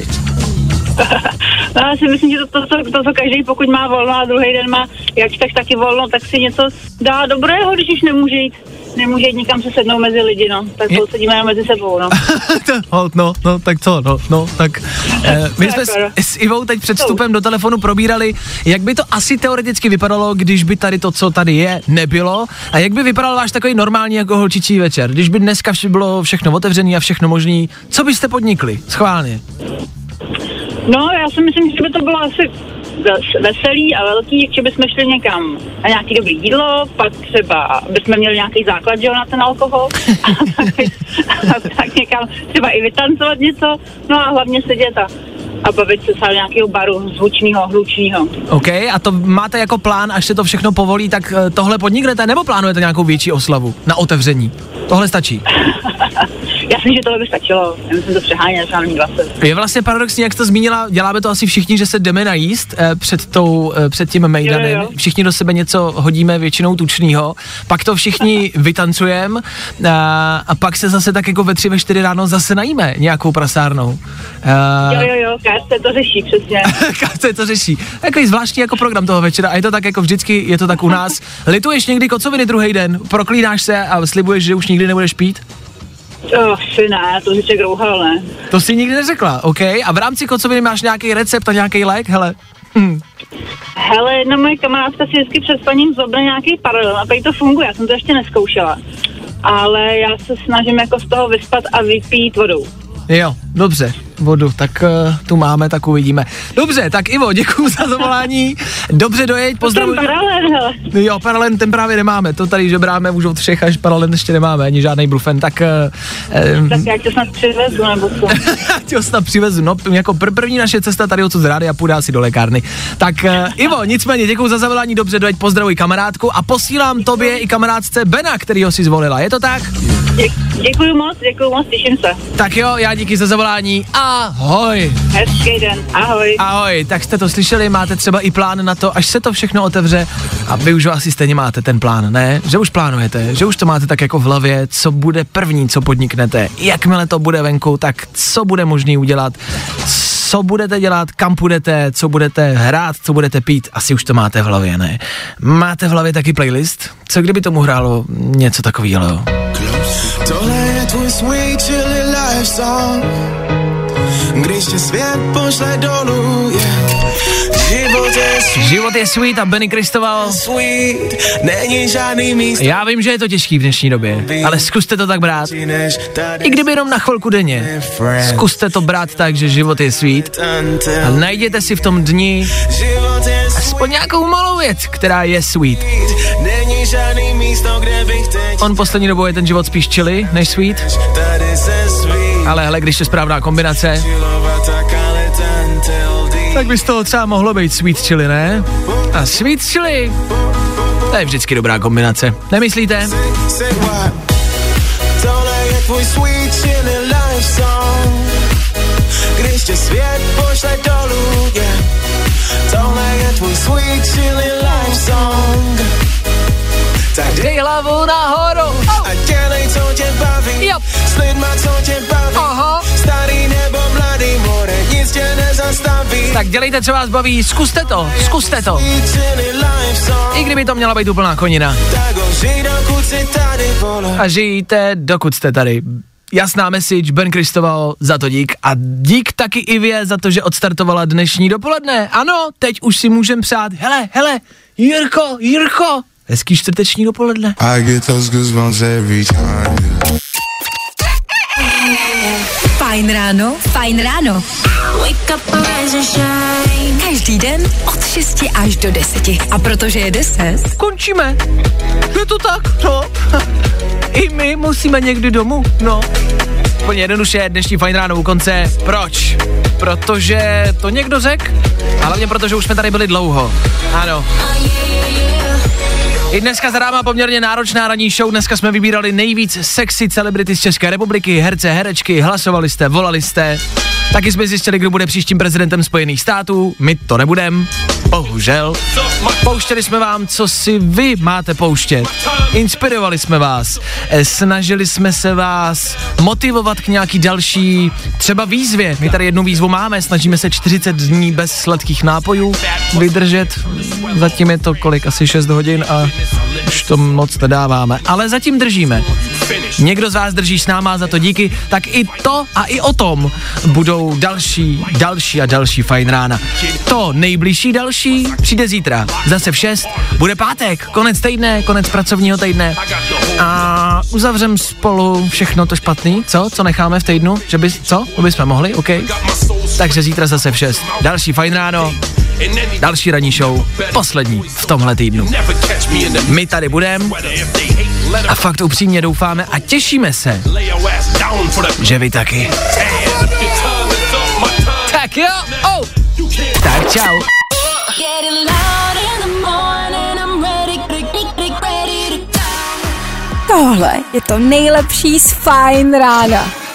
Speaker 7: No, já si myslím, že to, to, to, to, to každý, pokud má volno a druhý den má jak tak taky volno, tak si něco dá dobrého, když už nemůže jít, nemůže jít nikam se sednout mezi lidi, no. Tak to sedíme jenom mezi sebou, no.
Speaker 3: no, no, tak co, no, no, tak eh, my jsme s, s Ivou teď před vstupem do telefonu probírali, jak by to asi teoreticky vypadalo, když by tady to, co tady je, nebylo, a jak by vypadal váš takový normální jako holčičí večer, když by dneska vše bylo všechno otevřený a všechno možný, co byste podnikli, schválně?
Speaker 7: No, já si myslím, že by to bylo asi veselý a velký, že bychom šli někam na nějaký dobrý jídlo, pak třeba bychom měli nějaký základ, že jo, na ten alkohol a tak, a tak někam třeba i vytancovat něco, no a hlavně sedět a, a bavit se třeba nějakého baru zvučného, hlučného. OK,
Speaker 3: a to máte jako plán, až se to všechno povolí, tak tohle podniknete, nebo plánujete nějakou větší oslavu na otevření? Tohle stačí?
Speaker 7: Já myslím, že tohle by stačilo, já myslím, to přehánět, třeba není dvacet.
Speaker 3: Je vlastně paradoxní, jak to zmínila, děláme to asi všichni, že se jdeme najíst eh, před, tou, eh, před tím mejdanem, jo, jo. Všichni do sebe něco hodíme, většinou tučnýho, pak to všichni vytancujeme eh, a pak se zase tak jako ve tři, ve čtyři ráno zase najíme nějakou prasárnou.
Speaker 7: Eh, jo, jo, jo, K F C to řeší, přesně.
Speaker 3: K F C to řeší. Takový zvláštní jako program toho večera a je to tak jako vždycky, je to tak u nás. Lituješ někdy kocoviny druhý den, proklínáš se a slibuješ, že už nikdy nebudeš pít?
Speaker 7: Oh, si ne, to si člověk rouhal, ne.
Speaker 3: To jsi nikdy neřekla, OK. A v rámci kocoviny máš nějaký recept a nějaký lék, hele? Hm.
Speaker 7: Hele, jedna moje kamarádka si vždycky před spaním zobne nějaký paralel a tady to funguje, já jsem to ještě neskoušela. Ale já se snažím jako z toho vyspat a vypít vodou.
Speaker 3: Jo, dobře, vodu, tak uh, tu máme, tak uvidíme. Dobře, tak Ivo, děkuju za zavolání, dobře dojeď, pozdravuj.
Speaker 7: Ten paralen, hele.
Speaker 3: Jo, paralen ten právě nemáme, to tady žebráme už od všech, až paralen ještě nemáme, ani žádnej brufen, tak... Uh, um,
Speaker 7: tak já tě snad přivezu, nebo co?
Speaker 3: Já tě snad přivezu, no, jako pr- první naše cesta tady odsud z rádia půjde asi do lékárny. Tak uh, Ivo, nicméně, děkuju za zavolání, dobře dojeď, pozdravuj kamarádku a posílám tobě i kamarádce Bena, kterýho si zvolila, je to tak?
Speaker 7: Dě- děkuju moc, děkuju moc, těším se.
Speaker 3: Tak jo, já díky za zavolání, ahoj.
Speaker 7: Hezký den, ahoj.
Speaker 3: Ahoj, tak jste to slyšeli, máte třeba i plán na to, až se to všechno otevře a vy už asi stejně máte ten plán, ne? Že už plánujete, že už to máte tak jako v hlavě, co bude první, co podniknete, jakmile to bude venku, tak co bude možný udělat, co budete dělat, kam půjdete, co budete hrát, co budete pít, asi už to máte v hlavě, ne? Máte v hlavě taky playlist? Co kdyby tomu hrálo něco takového?
Speaker 8: Tohle je tvůj sweet chili life song, když tě svět pošle dolů, yeah. Život je sweet,
Speaker 3: Život je sweet a Benny Kristoval.
Speaker 8: Sweet, není žádný místo.
Speaker 3: Já vím, že je to těžký v dnešní době, ale zkuste to tak brát. I kdyby jenom na chvilku denně. Zkuste to brát tak, že život je sweet. A najděte si v tom dni aspoň nějakou malou věc, která je sweet. On poslední dobou je ten život spíš chilly než sweet. Ale hele, když je správná kombinace, tak by z toho třeba mohlo být sweet chili, ne? A sweet chili, to je vždycky dobrá kombinace, nemyslíte?
Speaker 8: Tohle je tvůj sweet chili life song, když tě svět pošle dolů, yeah. Tohle je tvůj sweet chili life song. Tak
Speaker 3: dej hlavu nahoru,
Speaker 8: a dělej, co tě baví,
Speaker 3: jo.
Speaker 8: S lidma, co tě baví,
Speaker 3: Aha.
Speaker 8: Starý nebo mladý, more, nic tě nezastaví.
Speaker 3: Tak dělejte, co vás baví, zkuste to, zkuste to. I kdyby to měla být úplná konina. A žijte, dokud jste tady. Jasná message, Ben Kristoval, za to dík. A dík taky Ivě za to, že odstartovala dnešní dopoledne. Ano, teď už si můžem přát, hele, hele, Jirko, Jirko, hezký čtvrteční dopoledne.
Speaker 8: I get those goosebumps every time.
Speaker 1: Fajn ráno, fajn ráno. Každý den od šesti až do deseti. A protože je deset,
Speaker 3: končíme. Je to tak, no. I my musíme někdy domů, no. Úplně jednoduše, dnešní Fajn ráno u konce. Proč? Protože to někdo řekl, a hlavně protože už jsme tady byli dlouho. Ano. I dneska za náma poměrně náročná ranní show. Dneska jsme vybírali nejvíc sexy celebrity z České republiky, herce, herečky, hlasovali jste, volali jste. Taky jsme zjistili, kdo bude příštím prezidentem Spojených států. My to nebudem, bohužel. Pouštěli jsme vám, co si vy máte pouštět. Inspirovali jsme vás. Snažili jsme se vás motivovat k nějaký další třeba výzvě. My tady jednu výzvu máme, snažíme se čtyřicet dní bez sladkých nápojů vydržet. Zatím je to kolik, asi šest hodin a už to moc nedáváme. Ale zatím držíme. Někdo z vás drží s náma, za to díky, tak i to a i o tom budou další, další a další Fajn rána. To nejbližší další přijde zítra, zase v šest, bude pátek, konec týdne, konec pracovního týdne a uzavřem spolu všechno to špatný, co, co necháme v týdnu, že by, co, to bychom mohli, OK? Takže zítra zase v šest, další Fajn ráno, další ranní show, poslední v tomhle týdnu. My tady budem a fakt upřímně doufáme a těšíme se, že vy taky. Tak jo, oh. Tak čau.
Speaker 9: Tohle je to nejlepší z Fajn rána.